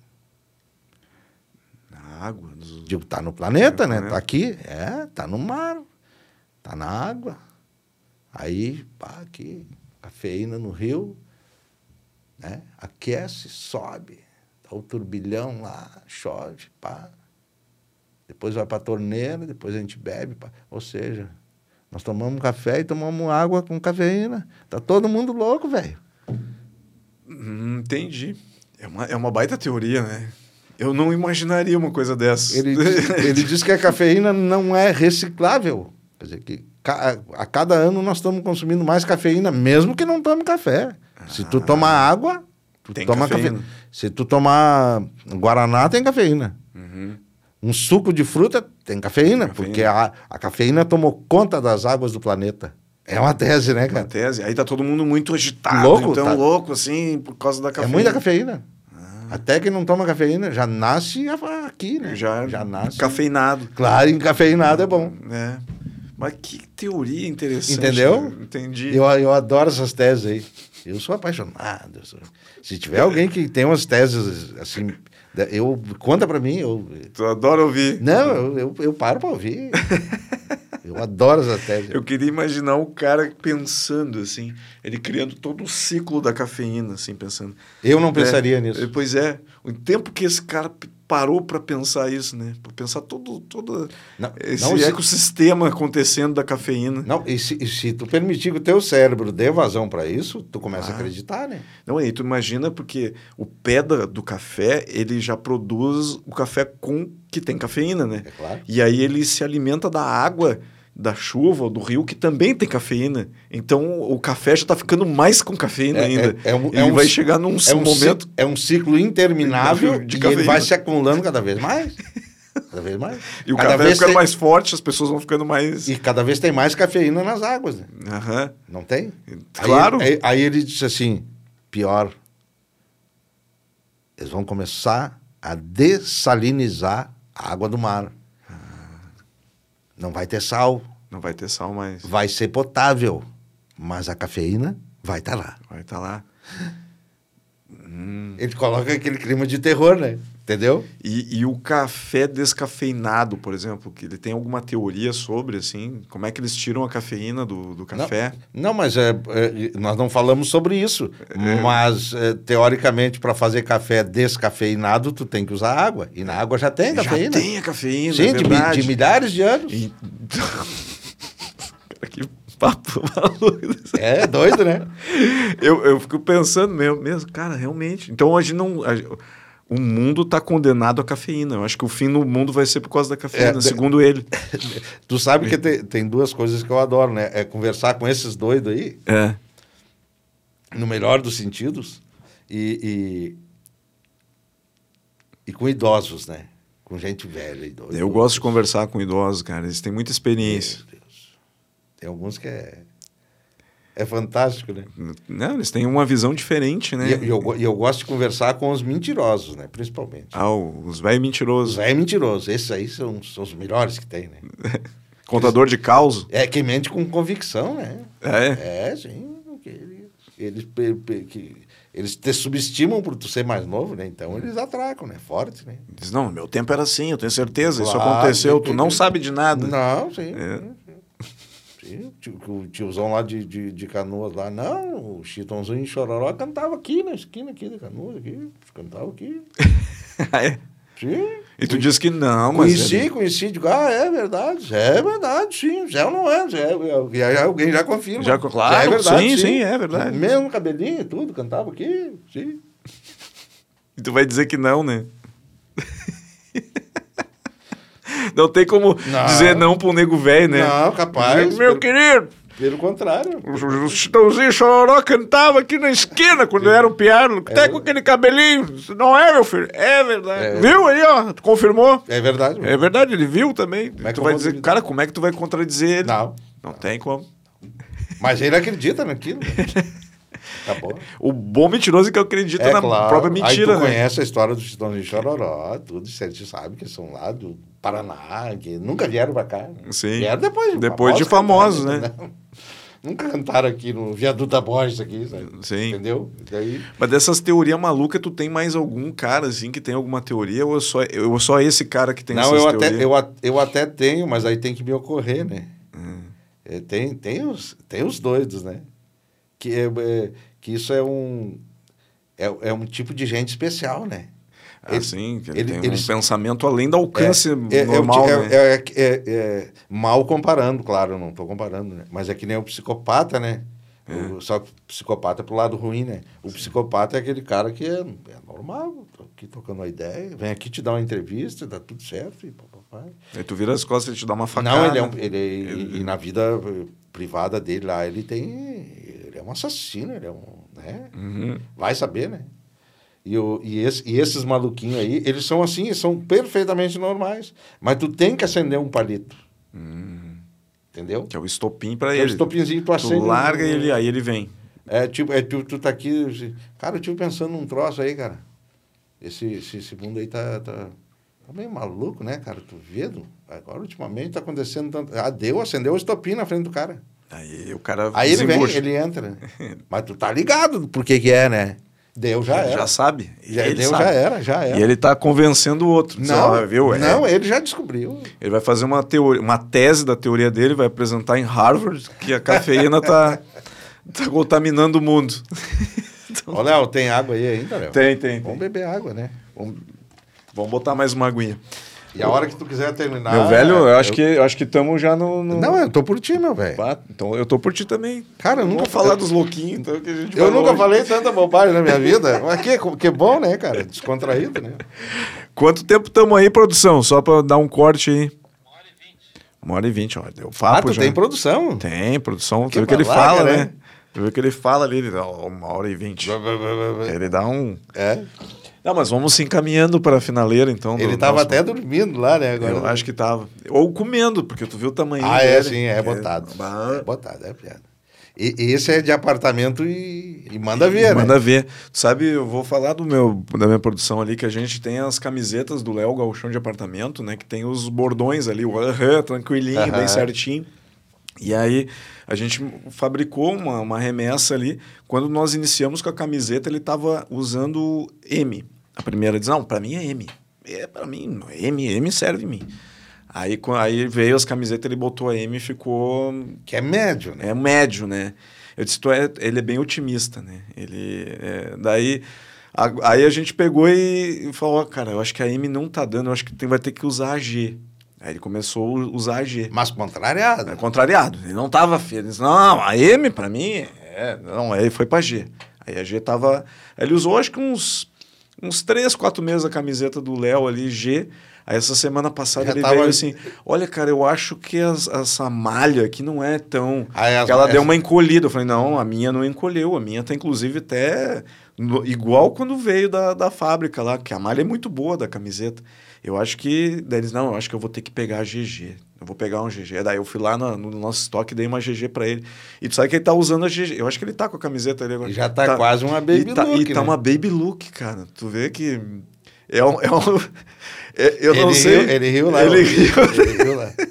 Na água. Dos... Digo, tá no planeta, é, né? Planeta. Tá aqui. É, tá no mar. Tá na água. Aí, pá, aqui, cafeína no rio, né? Aquece, sobe, dá o turbilhão lá, chove, pá. Depois vai para a torneira, depois a gente bebe, pá. Ou seja, nós tomamos café e tomamos água com cafeína. Tá todo mundo louco, velho. Hum, entendi. É uma, é uma baita teoria, né? Eu não imaginaria uma coisa dessa. Ele, ele diz que a cafeína não é reciclável. Quer dizer, que a cada ano nós estamos consumindo mais cafeína, mesmo que não tome café. Ah, se tu tomar água, tu tem toma cafeína. café. Se tu tomar guaraná, tem cafeína. Uhum. Um suco de fruta tem cafeína, tem cafeína. Porque a, a cafeína tomou conta das águas do planeta. É uma tese, né, cara? Uma tese. Aí tá todo mundo muito agitado, louco, então tá... louco, assim, por causa da cafeína. É muita cafeína. Ah. Até quem não toma cafeína já nasce aqui, né? Já, já nasce. Cafeinado. Claro, encafeinado é bom. É. Mas que teoria interessante. Entendeu? Né? Entendi. Eu, eu adoro essas teses aí. Eu sou apaixonado. Eu sou... Se tiver alguém que tem umas teses assim, eu conta pra mim. Eu... Tu adora ouvir. Não, eu, eu, eu paro pra ouvir. Eu adoro essa tese. Eu queria imaginar o cara pensando, assim, ele criando todo o ciclo da cafeína, assim, pensando. Eu não pensaria é, nisso. Pois é, o tempo que esse cara parou para pensar isso, né? Para pensar todo, todo não, esse não, ecossistema se... acontecendo da cafeína. Não, e se, e se tu permitir que o teu cérebro dê vazão para isso, tu começa ah. a acreditar, né? Não, aí tu imagina, porque o pé da, do café, ele já produz o café com que tem cafeína, né? É claro. E aí ele se alimenta da água da chuva ou do rio, que também tem cafeína. Então, o café já está ficando mais com cafeína é, ainda. É, é um, ele é um, vai chegar num é um momento... É um ciclo interminável de e cafeína. ele vai se acumulando cada vez mais. Cada vez mais. E o cada café vez vai ficando tem... mais forte, as pessoas vão ficando mais... E cada vez tem mais cafeína nas águas, né? Uhum. Não tem? Claro. Aí, aí, aí ele disse assim, pior, eles vão começar a dessalinizar a água do mar. Ah. Não vai ter sal. Não vai ter sal mais. Vai ser potável, mas a cafeína vai estar tá lá. Vai estar tá lá. Hum. Ele coloca aquele clima de terror, né? Entendeu? E, e o café descafeinado, por exemplo, que ele tem alguma teoria sobre, assim, como é que eles tiram a cafeína do, do café? Não, não mas é, é, nós não falamos sobre isso. É. Mas, é, teoricamente, para fazer café descafeinado, tu tem que usar água. E na água já tem cafeína. Já tem a cafeína, Sim, é verdade. de, de milhares de anos. E... que papo maluco. É doido, né? eu, eu fico pensando mesmo, mesmo, cara, realmente. Então, hoje não... A, o mundo está condenado à cafeína. Eu acho que o fim do mundo vai ser por causa da cafeína, é, segundo ele. Tu sabe que tem, tem duas coisas que eu adoro, né? É conversar com esses doidos aí, é. no melhor dos sentidos, e, e, e com idosos, né? Com gente velha. Idoso, eu gosto de conversar com idosos, cara. Eles têm muita experiência. Meu Deus. Tem alguns que é... É fantástico, né? Não, eles têm uma visão diferente, né? E eu, eu, eu gosto de conversar com os mentirosos, né? Principalmente. Ah, os velhos mentirosos. Os velhos mentirosos. Esses aí são, são os melhores que tem, né? Contador eles, de causa. É, que mente com convicção, né? É? É, sim. Eles, eles, que, eles te subestimam por tu ser mais novo, né? Então eles atracam, né? Forte, né? Diz, não, meu tempo era assim, eu tenho certeza. Claro, isso aconteceu. que, Tu não que, sabe de nada. Não, sim. É. O tiozão lá de, de, de Canoas lá, não, o Chitãozinho Chororó cantava aqui na esquina aqui de Canoas, aqui, cantava aqui. é? Sim. E tu disse que não, mas... Conheci, ele... conheci, digo, ah, é verdade, é verdade, sim, já não é, já é, já, já, alguém já confirma. Já, claro, já é verdade, sim, sim, sim, é verdade. Mesmo cabelinho e tudo, cantava aqui, sim. E tu vai dizer que não, né? Não tem como não. dizer não para um nego velho, né? Não, capaz. Dizer, meu pelo, querido. Pelo contrário. O Chitãozinho Chororó cantava aqui na esquina quando eu era um piano. Até é. com aquele cabelinho. Não é, meu filho? É verdade. É. Viu aí, ó? Tu confirmou? É verdade. Mesmo. É verdade, ele viu também. Como é tu vai dizer, cara, como é que tu vai contradizer ele? Não. Não, não. tem como. Mas ele acredita naquilo. Tá bom. O bom mentiroso é que acredita é, na claro. própria mentira, aí tu né? conhece a história do Chitãozinho Chororó, tudo, você sabe que são lá do Paraná, que nunca vieram pra cá. Né? Sim. Vieram depois de Depois de famosos, né? Não. Nunca cantaram aqui no Viaduto da Borges aqui, sabe? Sim. Entendeu? Daí... Mas dessas teorias malucas, tu tem mais algum cara, assim, que tem alguma teoria? Ou é só, ou só esse cara que tem Não, essas eu teorias? até, eu, eu até tenho, mas aí tem que me ocorrer, né? Hum. É, tem, tem, os, tem os doidos, né? Que, é, é, que isso é um... É, é um tipo de gente especial, né? Ah, ele, sim, que ele, ele tem um eles, pensamento além do alcance é, normal, é, né? É, é, é, é, mal comparando, claro, eu não estou comparando, né? Mas é que nem o psicopata, né? É. O, só que o psicopata é pro lado ruim, né? O sim. psicopata é aquele cara que é, é normal, tô aqui tocando uma ideia, vem aqui te dar uma entrevista, dá tudo certo, e papai. Aí tu vira as costas e te dá uma facada. Não, ele é, um, ele, é ele... E na vida privada dele lá, ele tem... Ele é um assassino, ele é um... Né? Uhum. Vai saber, né? E, o, e, esse, e esses maluquinhos aí, eles são assim, eles são perfeitamente normais. Mas tu tem que acender um palito. Hum. Entendeu? Que é o estopim pra que ele. É o estopinzinho, tu acende. Tu larga um, ele, aí ele vem. É, tipo, é, tu, tu tá aqui... Cara, eu tive pensando num troço aí, cara. Esse, esse, esse mundo aí tá, tá, tá meio maluco, né, cara? Tu vê? Agora, ultimamente, tá acontecendo tanto... Ah, deu, acendeu o estopim na frente do cara. Aí o cara Aí ele vem, ele entra. Mas tu tá ligado por que que é, né? Deu, já ele era. Já sabe. Já, ele deu, sabe. já era, já era. E ele tá convencendo o outro. Não, ó, viu? não é. ele já descobriu. Ele vai fazer uma, teoria, uma tese da teoria dele, vai apresentar em Harvard que a cafeína tá, tá contaminando o mundo. Então... Ô, Léo, tem água aí ainda, Léo? Tem, tem. Vamos tem. beber água, né? Vamos, vamos botar mais uma aguinha. E a hora que tu quiser terminar... Meu velho, eu acho eu... que eu acho que estamos já no, no... Não, eu tô por ti, meu velho. Então eu tô por ti também. Cara, eu não nunca... vou falar dos louquinhos, então que a gente Eu nunca longe. falei tanta bobagem na minha vida. Mas que, que bom, né, cara? Descontraído, né? Quanto tempo estamos aí, produção? Só para dar um corte aí. Uma hora e vinte. Uma hora e vinte, ó. Deu papo ah, tu já. Tem produção? Tem, produção. Que tu viu o que ele balaga, fala, né? né? Tu viu o que ele fala ali, ele dá uma hora e vinte. Ele dá um... É... Não, mas vamos se encaminhando para a finaleira, então. Ele estava nosso... até dormindo lá, né? Agora... Eu acho que estava. Ou comendo, porque tu viu o tamanho ah, dele. é, sim, é botado. É, é botado, é piada. E, esse é de apartamento e, e manda ver, né? Manda ver. Tu sabe, eu vou falar do meu, da minha produção ali, que a gente tem as camisetas do Léo Gauchão de Apartamento, né? Que tem os bordões ali, o aham, tranquilinho, Aham. bem certinho. E aí, a gente fabricou uma, uma remessa ali. Quando nós iniciamos com a camiseta, ele estava usando M. A primeira diz, não, para mim é M. É, para mim, M, M serve em mim. Aí, aí veio as camisetas, ele botou a M e ficou... Que é médio, né? É médio, né? Eu disse, tu é, ele é bem otimista, né? Ele, é, daí, a, aí a gente pegou e, e falou, cara, eu acho que a M não tá dando, eu acho que tem, vai ter que usar a G. Aí ele começou a usar a G. Mas contrariado. É, contrariado. Ele não tava afim. Ele disse, não, a M pra mim, é... Não, aí foi pra G. Aí a G tava... Ele usou acho que uns, uns três, quatro meses a camiseta do Léo ali, G... Aí essa semana passada Já ele tava... veio assim, olha, cara, eu acho que as, essa malha aqui não é tão... Aí as... que ela as... deu uma encolhida. Eu falei, não, a minha não encolheu. A minha tá, inclusive, até no... igual quando veio da, da fábrica lá, que a malha é muito boa da camiseta. Eu acho que... Daí eles, não, eu acho que eu vou ter que pegar a G G. Eu vou pegar um G G. Daí eu fui lá no, no nosso estoque e dei uma G G pra ele. E tu sabe que ele tá usando a G G. Eu acho que ele tá com a camiseta ali agora. E já tá, tá quase uma baby e tá, look, E tá né? uma baby look, cara. Tu vê que... É um... É um é, eu ele não sei... Riu, ele riu lá. Ele riu. Ele riu lá.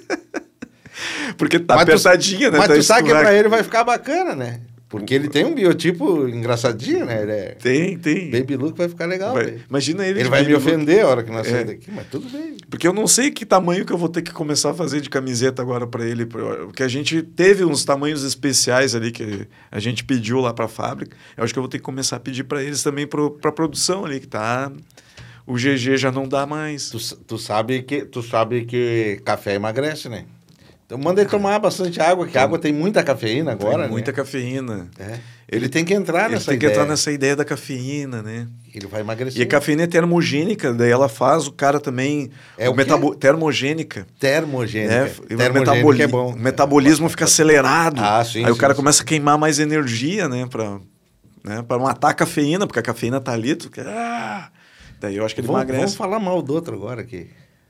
Porque tá mas apertadinha, tu, né? Mas tá tu sabe que escura... pra ele vai ficar bacana, né? Porque ele tem um biotipo engraçadinho, né? Ele é... Tem, tem. Baby look vai ficar legal. Vai... Imagina ele... Ele vai me ofender look. a hora que nós é. saímos daqui, mas tudo bem. Porque eu não sei que tamanho que eu vou ter que começar a fazer de camiseta agora para ele. Porque a gente teve uns tamanhos especiais ali que a gente pediu lá para a fábrica. Eu acho que eu vou ter que começar a pedir para eles também para a produção ali, que tá... O G G já não dá mais. Tu, tu, sabe que, tu sabe que café emagrece, né? Então manda ele tomar bastante água, que a água tem muita cafeína agora, tem né? muita cafeína. É. Ele tem que entrar ele nessa tem ideia. que entrar nessa ideia da cafeína, né? Ele vai emagrecer. E a cafeína é termogênica, daí ela faz o cara também... É o, o metabo... Termogênica. Termogênica. É, Termogênica metaboli... é bom. O metabolismo fica acelerado. Ah, sim, Aí sim, o cara sim. começa a queimar mais energia, né? Pra, né? Pra matar a cafeína, porque a cafeína tá ali. Tu quer... ah! Daí eu acho que ele vamos, emagrece. Vamos falar mal do outro agora aqui.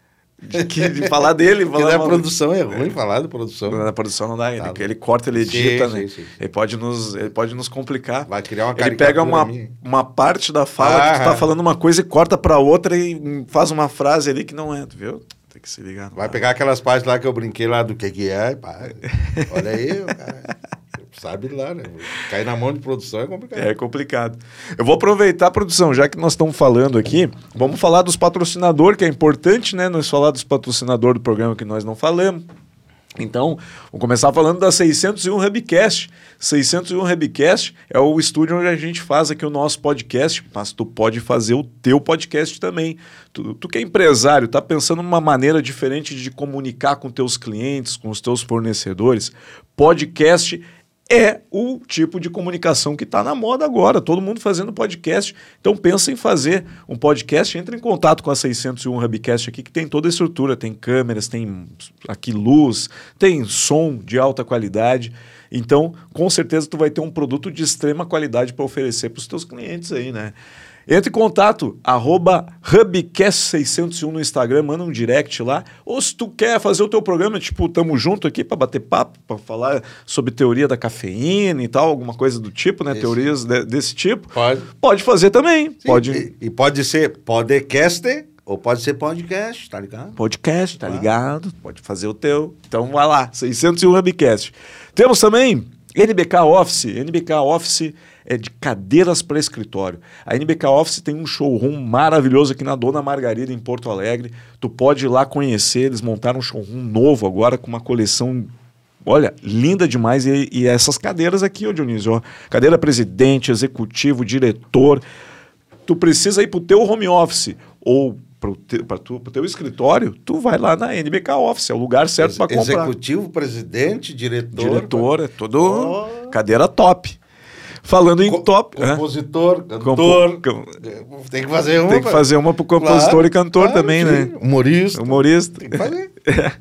De, que, de falar dele. Porque falar da mal... produção é ruim falar da produção. Na produção não dá. Ele, Tá, ele corta, ele edita, sim, né? sim, sim, sim. Ele, pode nos, ele pode nos complicar. Vai criar uma Ele pega uma, minha. uma parte da fala ah, que tu tá falando uma coisa e corta pra outra e faz uma frase ali que não é, tu viu? Tem que se ligar. Vai pegar aquelas partes lá que eu brinquei lá do que que é. Pá, olha aí, cara. Sabe lá, né? Cair na mão de produção é complicado. É complicado. Eu vou aproveitar a produção, já que nós estamos falando aqui, vamos falar dos patrocinadores, que é importante, né? Nós falar dos patrocinadores do programa que nós não falamos. Então, vou começar falando da seiscentos e um Hubcast. seiscentos e um Hubcast é o estúdio onde a gente faz aqui o nosso podcast, mas tu pode fazer o teu podcast também. Tu, tu que é empresário, tá pensando numa maneira diferente de comunicar com teus clientes, com os teus fornecedores, podcast é o tipo de comunicação que está na moda agora, todo mundo fazendo podcast. Então pensa em fazer um podcast, entre em contato com a seiscentos e um Hubcast aqui, que tem toda a estrutura, tem câmeras, tem aqui luz, tem som de alta qualidade. Então, com certeza, tu vai ter um produto de extrema qualidade para oferecer para os teus clientes aí, né? Entre em contato, arroba Hubcast seiscentos e um no Instagram, manda um direct lá. Ou se tu quer fazer o teu programa, tipo, tamo junto aqui para bater papo, para falar sobre teoria da cafeína e tal, alguma coisa do tipo, né? Esse. Teorias de, desse tipo. Pode. Pode fazer também. Sim, pode. E, e pode ser podcast ou pode ser podcast, tá ligado? Podcast, tá ah. ligado? Pode fazer o teu. Então vai lá, seiscentos e um Hubcast. Temos também N B K Office. N B K Office é de cadeiras para escritório. A N B K Office tem um showroom maravilhoso aqui na Dona Margarida, em Porto Alegre. Tu pode ir lá conhecer, eles montaram um showroom novo agora com uma coleção, olha, linda demais. E, e essas cadeiras aqui, ô Dionísio, ó, cadeira presidente, executivo, diretor. Tu precisa ir pro teu home office ou para o teu, teu escritório, tu vai lá na N B K Office, é o lugar certo para comprar. Executivo, presidente, diretor. Diretor, pra... é tudo oh. cadeira top. Falando em Co top... Compositor, é? cantor. Com... Tem que fazer uma. Tem que fazer uma pro compositor claro, e cantor claro, também, sim. né? Humorista. Humorista. Tem que fazer. É.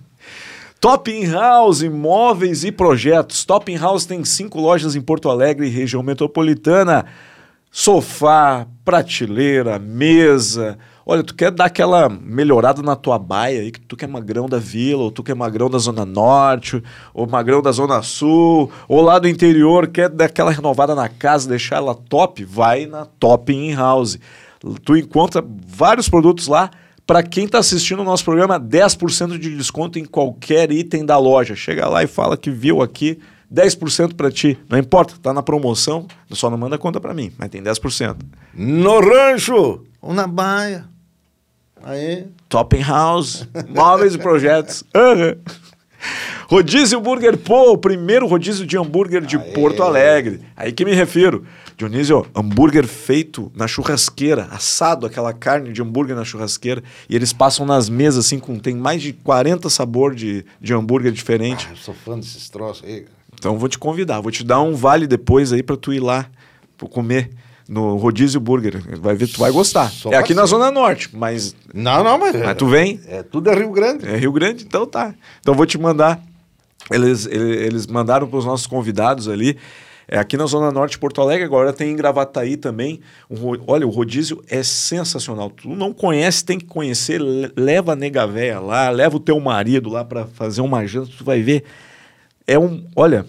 Top In House, imóveis e projetos. Top In House tem cinco lojas em Porto Alegre e região metropolitana. Sofá, prateleira, mesa. Olha, tu quer dar aquela melhorada na tua baia aí, que tu que é magrão da vila, ou tu que é magrão da Zona Norte, ou magrão da Zona Sul, ou lá do interior, quer dar aquela renovada na casa, deixar ela top, vai na Top In House. Tu encontra vários produtos lá. Para quem está assistindo o nosso programa, dez por cento de desconto em qualquer item da loja. Chega lá e fala que viu aqui, dez por cento para ti. Não importa, tá na promoção, só não manda conta para mim, mas tem dez por cento. No rancho ou na baia. Aí. Top In House, móveis e projetos. Uhum. Rodízio Burger Pô, o primeiro rodízio de hambúrguer de Aê. Porto Alegre. Aí que me refiro. Dionísio, hambúrguer feito na churrasqueira, assado, aquela carne de hambúrguer na churrasqueira, e eles passam nas mesas, assim, com tem mais de quarenta sabores de, de hambúrguer diferente. Ah, eu sou fã desses troços aí. Então vou te convidar, vou te dar um vale depois aí pra tu ir lá pra comer no Rodízio Burger. Vai ver, tu vai gostar. Só é aqui na Zona Norte, mas... Não, não, mas... Mas tu vem? É, tudo é Rio Grande. É Rio Grande, então tá. Então vou te mandar. Eles, eles mandaram pros nossos convidados ali. É aqui na Zona Norte de Porto Alegre, agora tem em Gravataí também. Um, olha, o rodízio é sensacional. Tu não conhece, tem que conhecer. Leva a nega véia lá, leva o teu marido lá para fazer uma janta, tu vai ver. É um, olha,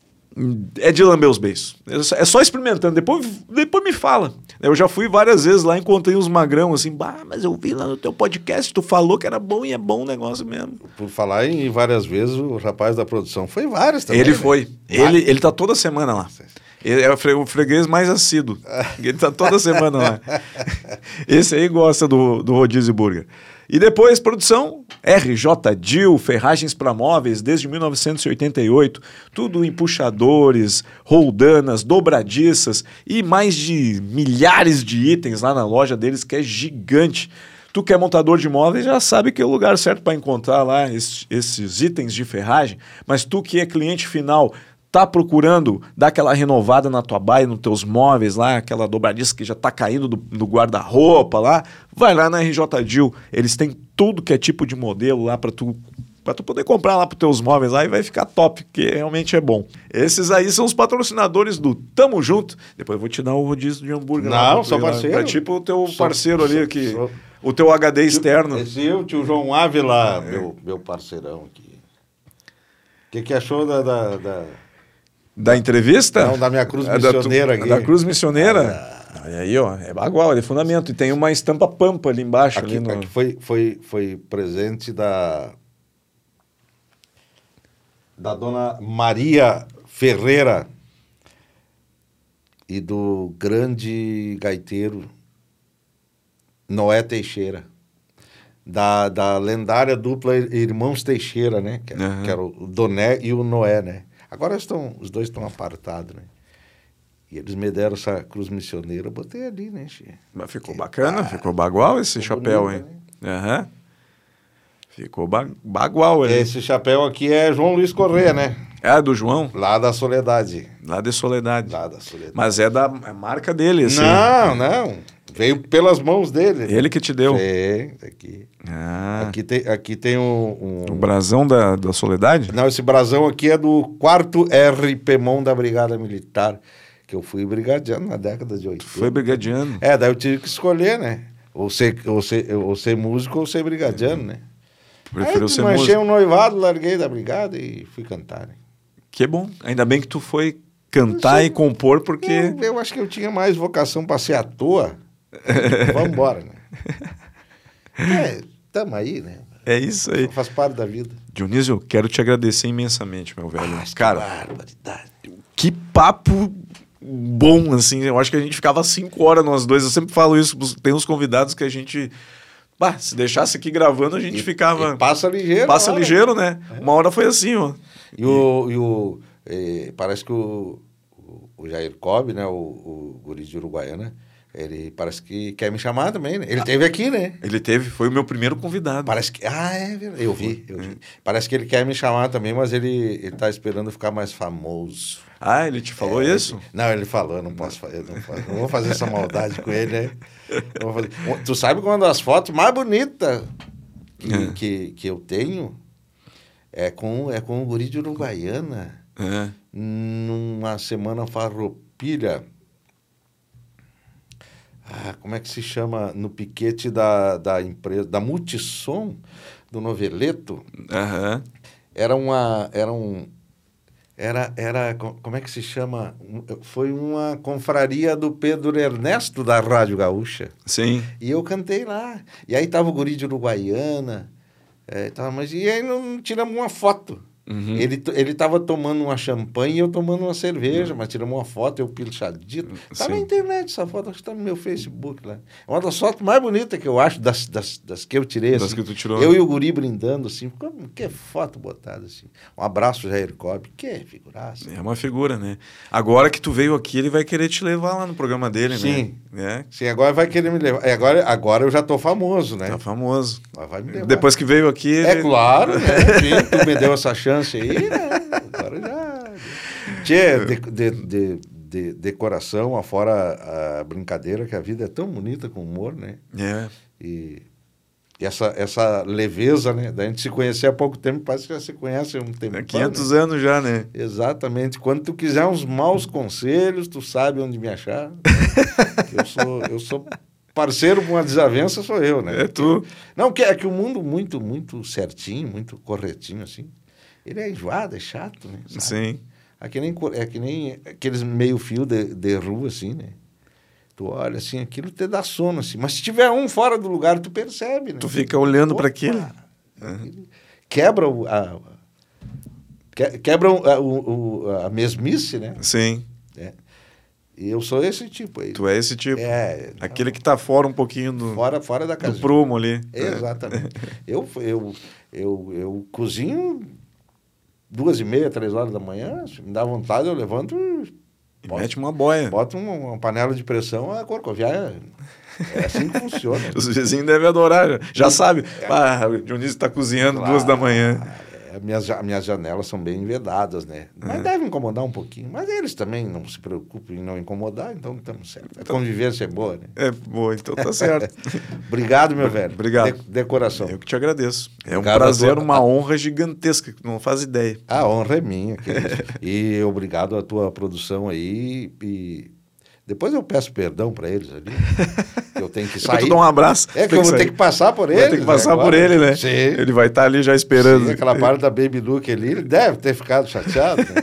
é de lamber os beijos. É só experimentando, depois, depois me fala. Eu já fui várias vezes lá, encontrei uns magrão assim, bah, mas eu vi lá no teu podcast, tu falou que era bom e é bom o negócio mesmo. Por falar em várias vezes, o rapaz da produção foi várias também. Ele né? foi. Ele, ele tá toda semana lá. Ele é o freguês mais assíduo. Ele tá toda semana lá. Esse aí gosta do, do Rodízio Burger. E depois, produção, R J Dil, ferragens para móveis desde mil novecentos e oitenta e oito, tudo em puxadores, roldanas, dobradiças e mais de milhares de itens lá na loja deles, que é gigante. Tu que é montador de móveis já sabe que é o lugar certo para encontrar lá esses, esses itens de ferragem, mas tu que é cliente final, tá procurando dar aquela renovada na tua baia, nos teus móveis lá, aquela dobradiça que já tá caindo do, do guarda-roupa lá, vai lá na R J Dil. Eles têm tudo que é tipo de modelo lá para tu, pra tu poder comprar lá pros teus móveis lá e vai ficar top, porque realmente é bom. Esses aí são os patrocinadores do Tamo Junto. Depois eu vou te dar o rodízio de hambúrguer. Não, sou parceiro. Pra tipo o teu sou, parceiro ali, sou, que, sou. o teu H D externo. Esse eu, tio João Ávila, é. meu, meu parceirão aqui. O que, que achou da... da, da... Da entrevista? Não, da minha cruz missioneira é da, tu, aqui. Da cruz missioneira? Ah, aí, ó, é bagual, é fundamento. E tem uma estampa pampa ali embaixo. Aqui, ali no... aqui foi, foi, foi presente da... Da dona Maria Ferreira e do grande gaiteiro Noé Teixeira. Da, da lendária dupla Irmãos Teixeira, né? Que, uhum. que era o Doné e o Noé, né? Agora estão, os dois estão apartados, né? E eles me deram essa cruz missioneira, eu botei ali, né, Xê? Mas ficou que bacana, tá... ficou bagual esse ficou chapéu, bonito, hein? Né? Uhum. Ficou ba bagual ali. Esse chapéu aqui é João Luiz Corrêa, né? É, do João? Lá da Soledade. Lá de Soledade. Lá da Soledade. Mas é da é marca dele, assim. Não, não. Veio pelas mãos dele. Ele que te deu? É, aqui. Ah. Aqui tem, aqui tem um, um... O brasão da, da Soledade? Não, esse brasão aqui é do quarto R Pemon da Brigada Militar, que eu fui brigadiano na década de oitenta. Tu foi brigadiano? É, daí eu tive que escolher, né? Ou ser, ou ser, ou ser músico ou ser brigadiano, né? Preferiu ser músico. Manchei um noivado, larguei da brigada e fui cantar, né? Que bom. Ainda bem que tu foi cantar e compor, porque... Eu, eu acho que eu tinha mais vocação para ser à toa. Vamos embora, né? É, tamo aí, né? É isso aí. Faz parte da vida. Dionísio, quero te agradecer imensamente, meu velho. Ah, cara, que barbaridade. Que papo bom, assim. Eu acho que a gente ficava cinco horas nós dois. Eu sempre falo isso. Tem uns convidados que a gente... Bah, se deixasse aqui gravando, a gente e, ficava... E passa ligeiro. Passa hora. ligeiro, né? É. Uma hora foi assim, ó. E, e... o... E o eh, parece que o, o, o Jair Cobb, né? O, o guri de Uruguaiana, ele parece que quer me chamar também, né? Ele ah, teve aqui, né? Ele teve, foi o meu primeiro convidado. Parece que... Ah, é verdade. Eu vi, eu vi. É. Parece que ele quer me chamar também, mas ele, ele tá esperando ficar mais famoso. Ah, ele te falou é, isso? Ele, não, ele falou, eu não posso fazer, não, posso, não vou fazer essa maldade com ele, né? Não vou fazer. Tu sabe quando as fotos mais bonitas que, é. que, que eu tenho é com, é com o guri de Uruguaiana, é. numa semana farroupilha. Ah, como é que se chama? No piquete da, da empresa, da Multissom, do Noveleto. Aham. Era uma... Era um... Era, era, como é que se chama? Foi uma confraria do Pedro Ernesto da Rádio Gaúcha. Sim. E eu cantei lá. E aí tava o guri de Uruguaiana. É, tava, mas e aí não tiramos uma foto. Uhum. Ele, ele tava tomando uma champanhe e eu tomando uma cerveja, uhum. mas tiramos uma foto, eu pilchadito. Tá Sim. na internet essa foto, acho que tá no meu Facebook lá. É uma das fotos mais bonitas que eu acho, das, das, das que eu tirei. Das assim. que tu tirou. Eu e o guri brindando, assim. Como, que foto botada, assim. Um abraço, Jair Cobb. Que figuraça. É uma figura, né? Agora que tu veio aqui, ele vai querer te levar lá no programa dele, Sim. né? É. Sim, agora vai querer me levar. Agora, agora eu já tô famoso, né? Tá famoso. Vai me levar. Depois que veio aqui... É ele... claro, né? Sim, tu me deu essa chance aí, né? Agora já... Tchê, de, de, de, de decoração, afora a brincadeira, que a vida é tão bonita com humor, né? É. E, e essa, essa leveza, né? Da gente se conhecer há pouco tempo, parece que já se conhece há um tempo. Há quinhentos né? anos já, né? Exatamente. Quando tu quiser uns maus conselhos, tu sabe onde me achar. eu sou... Eu sou parceiro com uma desavença sou eu, né? É tu. Não, que é que o mundo muito, muito certinho, muito corretinho, assim, ele é enjoado, é chato, né? Sabe? Sim. É que nem, é que nem aqueles meio fio de, de rua, assim, né? Tu olha, assim, aquilo te dá sono, assim. Mas se tiver um fora do lugar, tu percebe, né? Tu fica olhando para aquilo. Uhum. Quebra o, a, quebra o, a, o, a mesmice, né? Sim. É. E eu sou esse tipo aí. Tu é esse tipo. É. Aquele que tá fora um pouquinho do... Fora, fora da casa. Do prumo ali. Exatamente. eu, eu, eu, eu cozinho duas e meia, três horas da manhã, se me dá vontade, eu levanto e... e boto, mete uma boia. Bota uma, uma panela de pressão, a corcoviar é, é assim que funciona. Os vizinhos devem adorar. Já, já sabe. É. Ah, o Dionísio está cozinhando claro, duas da manhã. É, minhas, minhas janelas são bem vedadas, né? Mas é. deve incomodar um pouquinho. Mas eles também não se preocupam em não incomodar, então estamos certos. A então, convivência é boa, né? É boa, então tá certo. Obrigado, meu velho. Obrigado. De, decoração. Eu que te agradeço. É um Cara, prazer, tua... uma honra gigantesca, que tu não faz ideia. A honra é minha, querido. E obrigado à tua produção aí e... Depois eu peço perdão para eles ali. Eu tenho que sair. Eu dou um abraço. É que eu vou ter que passar por ele. Vai ter que passar né, por ele, né? Sim. Ele vai estar tá ali já esperando. Sim, aquela parte da Baby Look ali, ele deve ter ficado chateado. Né?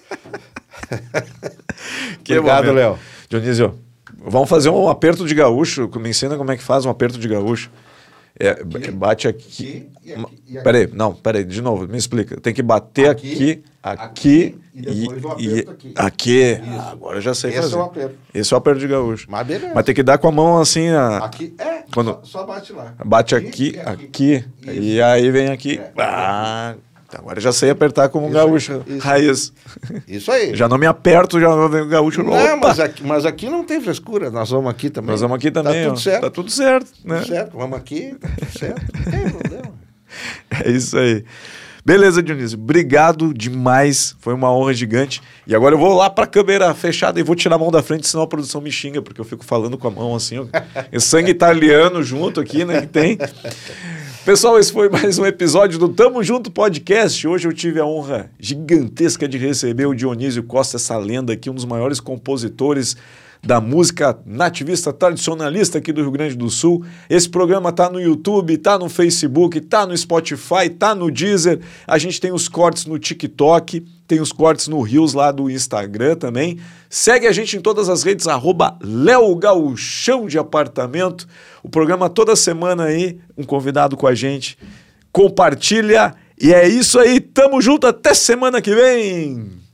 Que Obrigado, Léo. Dionísio, vamos fazer um aperto de gaúcho. Me ensina como é que faz um aperto de gaúcho. É, aqui, bate aqui. aqui, e aqui, e aqui. Peraí, não, peraí, de novo, me explica. Tem que bater aqui, aqui, aqui, aqui e depois e, o aperto aqui. Aqui. Ah, agora eu já sei Esse fazer. é o aperto. Esse é o aperto de gaúcho. Mas beleza. Mas tem que dar com a mão assim. A... Aqui, é, quando... só, só bate lá. Bate aqui, aqui, aqui e aí vem aqui. É. Ah, agora eu já sei apertar como um gaúcho isso, raiz. Isso aí. Já não me aperto, já vem o gaúcho. Não, mas aqui, mas aqui não tem frescura. Nós vamos aqui também. Nós vamos aqui também. Tá tudo ó. certo. Tá tudo certo. Né? Tudo certo. Vamos aqui, tá tudo certo. Não tem problema. É isso aí. Beleza, Dionísio. Obrigado demais. Foi uma honra gigante. E agora eu vou lá pra câmera fechada e vou tirar a mão da frente, senão a produção me xinga, porque eu fico falando com a mão assim. Ó. É sangue italiano junto aqui, né? Que tem. Pessoal, esse foi mais um episódio do Tamo Junto Podcast. Hoje eu tive a honra gigantesca de receber o Dionísio Costa, essa lenda aqui, um dos maiores compositores da música nativista tradicionalista aqui do Rio Grande do Sul. Esse programa tá no YouTube, tá no Facebook, tá no Spotify, tá no Deezer. A gente tem os cortes no TikTok, tem os cortes no Reels lá do Instagram também. Segue a gente em todas as redes, arroba Léo Gauchão de Apartamento. O programa toda semana aí, um convidado com a gente. Compartilha e é isso aí, tamo junto, até semana que vem!